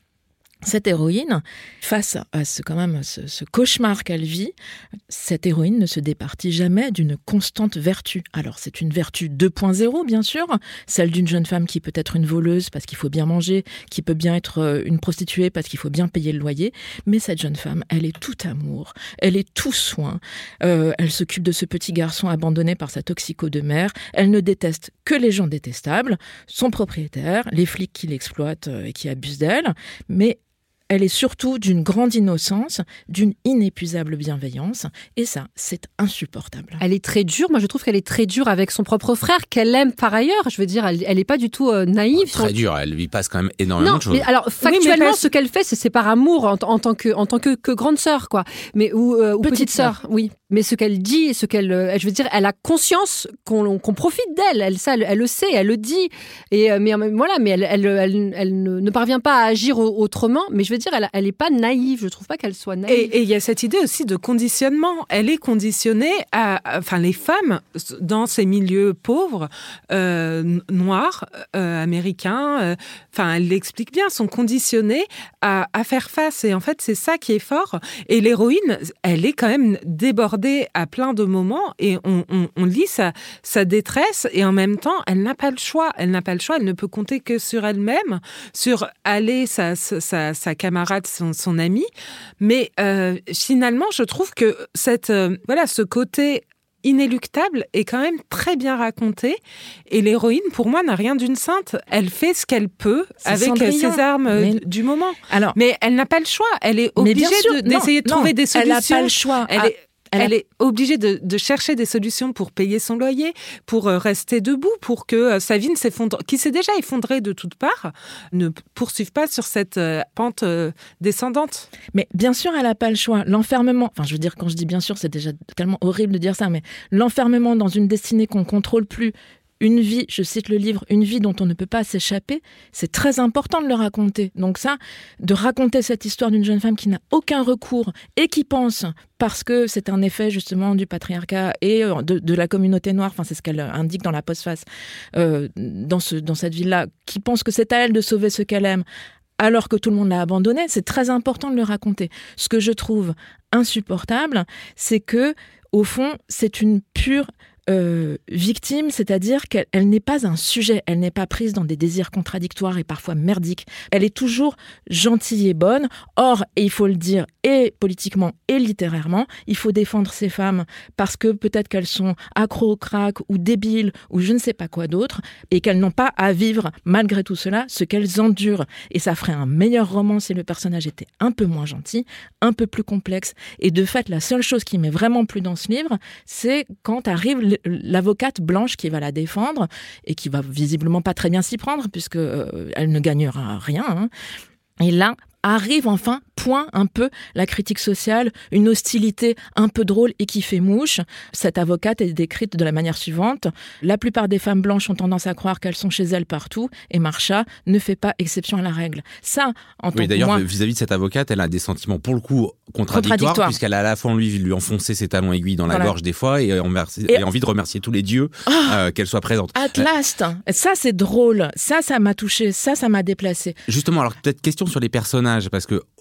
cette héroïne, face à ce, quand même, ce, ce cauchemar qu'elle vit, cette héroïne ne se départit jamais d'une constante vertu. Alors, c'est une vertu deux point zéro, bien sûr, celle d'une jeune femme qui peut être une voleuse parce qu'il faut bien manger, qui peut bien être une prostituée parce qu'il faut bien payer le loyer. Mais cette jeune femme, elle est tout amour, elle est tout soin. Euh, elle s'occupe de ce petit garçon abandonné par sa toxico de mère. Elle ne déteste que les gens détestables, son propriétaire, les flics qui l'exploitent et qui abusent d'elle. Mais elle est surtout d'une grande innocence, d'une inépuisable bienveillance. Et ça, c'est insupportable. Elle est très dure. Moi, je trouve qu'elle est très dure avec son propre frère, qu'elle aime par ailleurs. Je veux dire, elle, elle est pas du tout euh, naïve. Oh, très dure. Elle lui passe quand même énormément non, de choses. Mais alors, factuellement, oui, mais ce qu'elle fait, c'est, c'est par amour en, en tant que, en tant que, que grande sœur, quoi. Mais ou, euh, ou petite, petite sœur. Oui. Mais ce qu'elle dit, ce qu'elle, euh, je veux dire, elle a conscience qu'on, qu'on profite d'elle. Elle, ça, elle, elle le sait, elle le dit. Et euh, mais voilà, mais elle, elle, elle, elle, elle ne, ne parvient pas à agir autrement. Mais je veux dire, elle, elle est pas naïve. Je trouve pas qu'elle soit naïve. Et il y a cette idée aussi de conditionnement. Elle est conditionnée à, enfin, les femmes dans ces milieux pauvres, euh, noirs, euh, américains. Enfin, euh, elle l'explique bien, sont conditionnées à, à faire face. Et en fait, c'est ça qui est fort. Et l'héroïne, elle est quand même débordée à plein de moments et on, on, on lit sa, sa détresse et en même temps, elle n'a pas le choix. Elle n'a pas le choix. Elle ne peut compter que sur elle-même, sur aller, sa, sa, sa camarade, son, son ami. Mais euh, finalement, je trouve que cette, euh, voilà, ce côté inéluctable est quand même très bien raconté. Et l'héroïne, pour moi, n'a rien d'une sainte. Elle fait ce qu'elle peut c'est avec Cendrillon. Ses armes mais... du moment. Alors, mais elle n'a pas le choix. Elle est obligée sûr, de, d'essayer non, de trouver non, des solutions. Elle n'a pas le choix. Elle ah. est... Elle, Elle est obligée de, de chercher des solutions pour payer son loyer, pour rester debout, pour que sa vie ne s'effondre, qui s'est déjà effondrée de toutes parts, ne poursuive pas sur cette pente descendante. Mais bien sûr, elle n'a pas le choix. L'enfermement, enfin je veux dire, quand je dis bien sûr, c'est déjà tellement horrible de dire ça, mais l'enfermement dans une destinée qu'on ne contrôle plus, une vie, je cite le livre, une vie dont on ne peut pas s'échapper, c'est très important de le raconter. Donc ça, de raconter cette histoire d'une jeune femme qui n'a aucun recours et qui pense, parce que c'est un effet justement du patriarcat et de, de la communauté noire, enfin c'est ce qu'elle indique dans la postface, euh, dans, ce, dans cette ville-là, qui pense que c'est à elle de sauver ce qu'elle aime, alors que tout le monde l'a abandonné, c'est très important de le raconter. Ce que je trouve insupportable, c'est que, au fond, c'est une pure Euh, victime, c'est-à-dire qu'elle elle n'est pas un sujet, elle n'est pas prise dans des désirs contradictoires et parfois merdiques. Elle est toujours gentille et bonne. Or, et il faut le dire, et politiquement et littérairement, il faut défendre ces femmes parce que peut-être qu'elles sont accros au crack ou débiles ou je ne sais pas quoi d'autre et qu'elles n'ont pas à vivre malgré tout cela ce qu'elles endurent. Et ça ferait un meilleur roman si le personnage était un peu moins gentil, un peu plus complexe. Et de fait, la seule chose qui m'est vraiment plu dans ce livre, c'est quand arrive l'avocate blanche qui va la défendre et qui va visiblement pas très bien s'y prendre puisque euh, elle ne gagnera rien. Hein. Et là, arrive enfin, point un peu la critique sociale, une hostilité un peu drôle et qui fait mouche. Cette avocate est décrite de la manière suivante. La plupart des femmes blanches ont tendance à croire qu'elles sont chez elles partout et Marsha ne fait pas exception à la règle. Ça, en tant oui, d'ailleurs, que moi... vis-à-vis de cette avocate, elle a des sentiments pour le coup contradictoires, contradictoire. Puisqu'elle a à la fois envie de lui enfoncer ses talons aiguilles dans voilà. la gorge des fois et, et... et envie de remercier tous les dieux oh euh, qu'elle soit présente. At last. Ça, c'est drôle. Ça, ça m'a touchée. Ça, ça m'a déplacée. Justement, alors peut-être question sur les personnages, parce que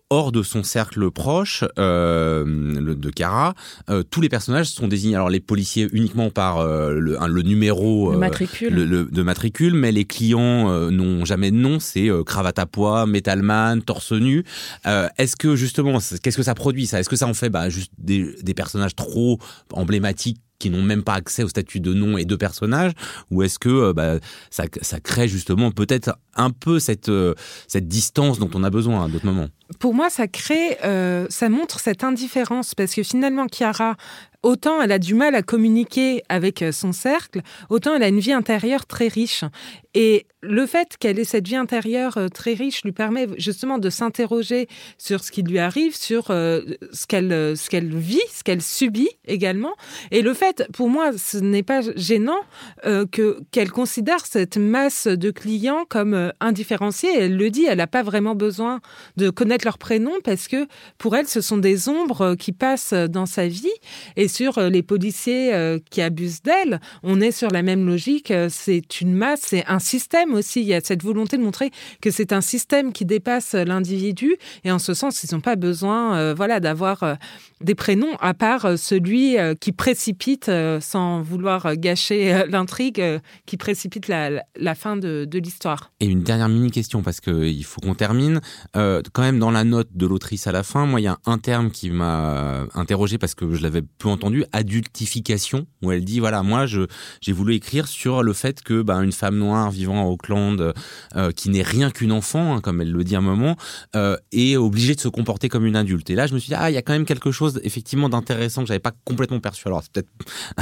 hors de son cercle proche, euh, le, de Cara, euh, tous les personnages sont désignés. Alors les policiers uniquement par euh, le, un, le numéro le euh, matricule. Le, le, de matricule, mais les clients euh, n'ont jamais de nom. C'est euh, cravate à pois, métalman, torse nu. Euh, est-ce que justement, qu'est-ce que ça produit ça? Est-ce que ça en fait bah, juste des, des personnages trop emblématiques qui n'ont même pas accès au statut de nom et de personnage, ou est-ce que euh, bah, ça, ça crée justement peut-être un peu cette, euh, cette distance dont on a besoin à d'autres moments? Pour moi, ça crée, euh, ça montre cette indifférence, parce que finalement, Chiara, autant elle a du mal à communiquer avec son cercle, autant elle a une vie intérieure très riche. Et le fait qu'elle ait cette vie intérieure très riche lui permet justement de s'interroger sur ce qui lui arrive, sur euh, ce qu'elle, ce qu'elle vit, ce qu'elle subit également. Et le fait, pour moi, ce n'est pas gênant euh, que, qu'elle considère cette masse de clients comme euh, indifférenciée. Elle le dit, elle n'a pas vraiment besoin de connaître leurs prénoms parce que pour elle, ce sont des ombres qui passent dans sa vie. Et sur les policiers euh, qui abusent d'elle, on est sur la même logique. C'est une masse, c'est un système aussi. Il y a cette volonté de montrer que c'est un système qui dépasse l'individu. Et en ce sens, ils n'ont pas besoin euh, voilà, d'avoir euh, des prénoms, à part celui euh, qui précipite, euh, sans vouloir gâcher euh, l'intrigue, euh, qui précipite la, la fin de, de l'histoire. Et une dernière mini-question, parce qu'il faut qu'on termine. Euh, quand même, dans la note de l'autrice à la fin, moi, il y a un terme qui m'a interrogé parce que je l'avais peu entendu, adultification, où elle dit, voilà, moi, je, j'ai voulu écrire sur le fait que bah, une femme noire vivant à Auckland, euh, qui n'est rien qu'une enfant, hein, comme elle le dit à un moment, euh, est obligée de se comporter comme une adulte. Et là, je me suis dit, ah, il y a quand même quelque chose, effectivement, d'intéressant que j'avais pas complètement perçu. Alors, c'est peut-être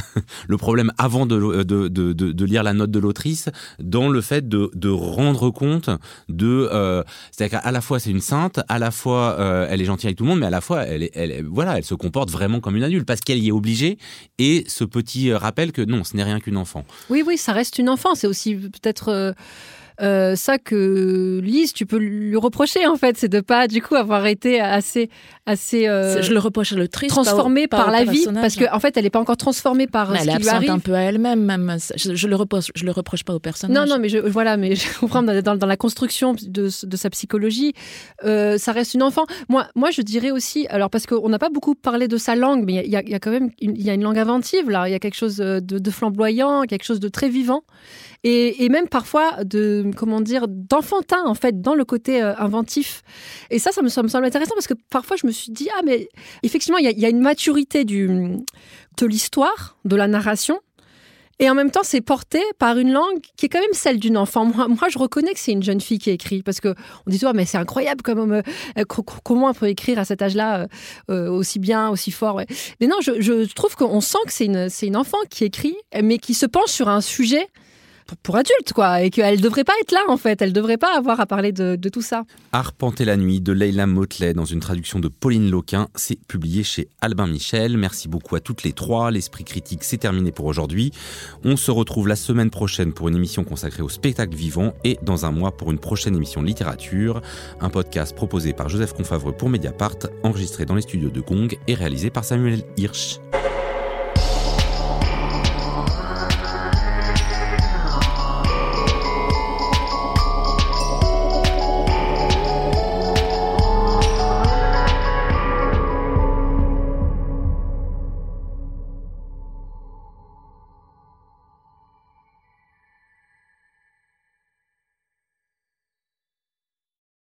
le problème avant de, de, de, de, de lire la note de l'autrice, dans le fait de, de rendre compte de... Euh, c'est-à-dire qu'à la fois, c'est une sainte, à la fois, euh, elle est gentille avec tout le monde, mais à la fois, elle, est, elle, est, voilà, elle se comporte vraiment comme une adulte, parce qu'elle y est obligée, et ce petit rappel que non, ce n'est rien qu'une enfant. Oui, oui, ça reste une enfant. C'est aussi peut-être... Euh... Euh, ça que Lise, tu peux lui reprocher en fait, c'est de pas du coup avoir été assez, assez. Euh, je le reproche à l'autrice, transformée pas au, par pas la vie, parce que en fait, elle est pas encore transformée par mais ce qui lui arrive. Elle est absente un peu à elle-même, même. Je, je le reproche, je le reproche pas au personnage. Non, non, mais je, voilà, mais je comprends dans, dans la construction de, de sa psychologie, euh, ça reste une enfant. Moi, moi, je dirais aussi, alors parce qu'on n'a pas beaucoup parlé de sa langue, mais il y a, il y a quand même, une, il y a une langue inventive là, il y a quelque chose de, de flamboyant, quelque chose de très vivant. Et, et même parfois de, comment dire, d'enfantin en fait dans le côté euh, inventif. Et ça, ça me, ça me semble intéressant parce que parfois je me suis dit ah mais effectivement il y a, il y a une maturité du de l'histoire, de la narration. Et en même temps, c'est porté par une langue qui est quand même celle d'une enfant. Moi, moi je reconnais que c'est une jeune fille qui écrit parce que on dit toi mais c'est incroyable comment euh, comment on peut écrire à cet âge-là euh, aussi bien, aussi fort. Ouais. Mais non, je, je trouve qu'on sent que c'est une c'est une enfant qui écrit, mais qui se penche sur un sujet Pour, pour adultes, quoi, et qu'elle devrait pas être là, en fait. Elle devrait pas avoir à parler de, de tout ça. Arpenter la nuit de Leila Motley dans une traduction de Pauline Loquin, c'est publié chez Albin Michel. Merci beaucoup à toutes les trois. L'Esprit critique, c'est terminé pour aujourd'hui. On se retrouve la semaine prochaine pour une émission consacrée au spectacle vivant et dans un mois pour une prochaine émission littérature. Un podcast proposé par Joseph Confavreux pour Mediapart, enregistré dans les studios de Gong et réalisé par Samuel Hirsch.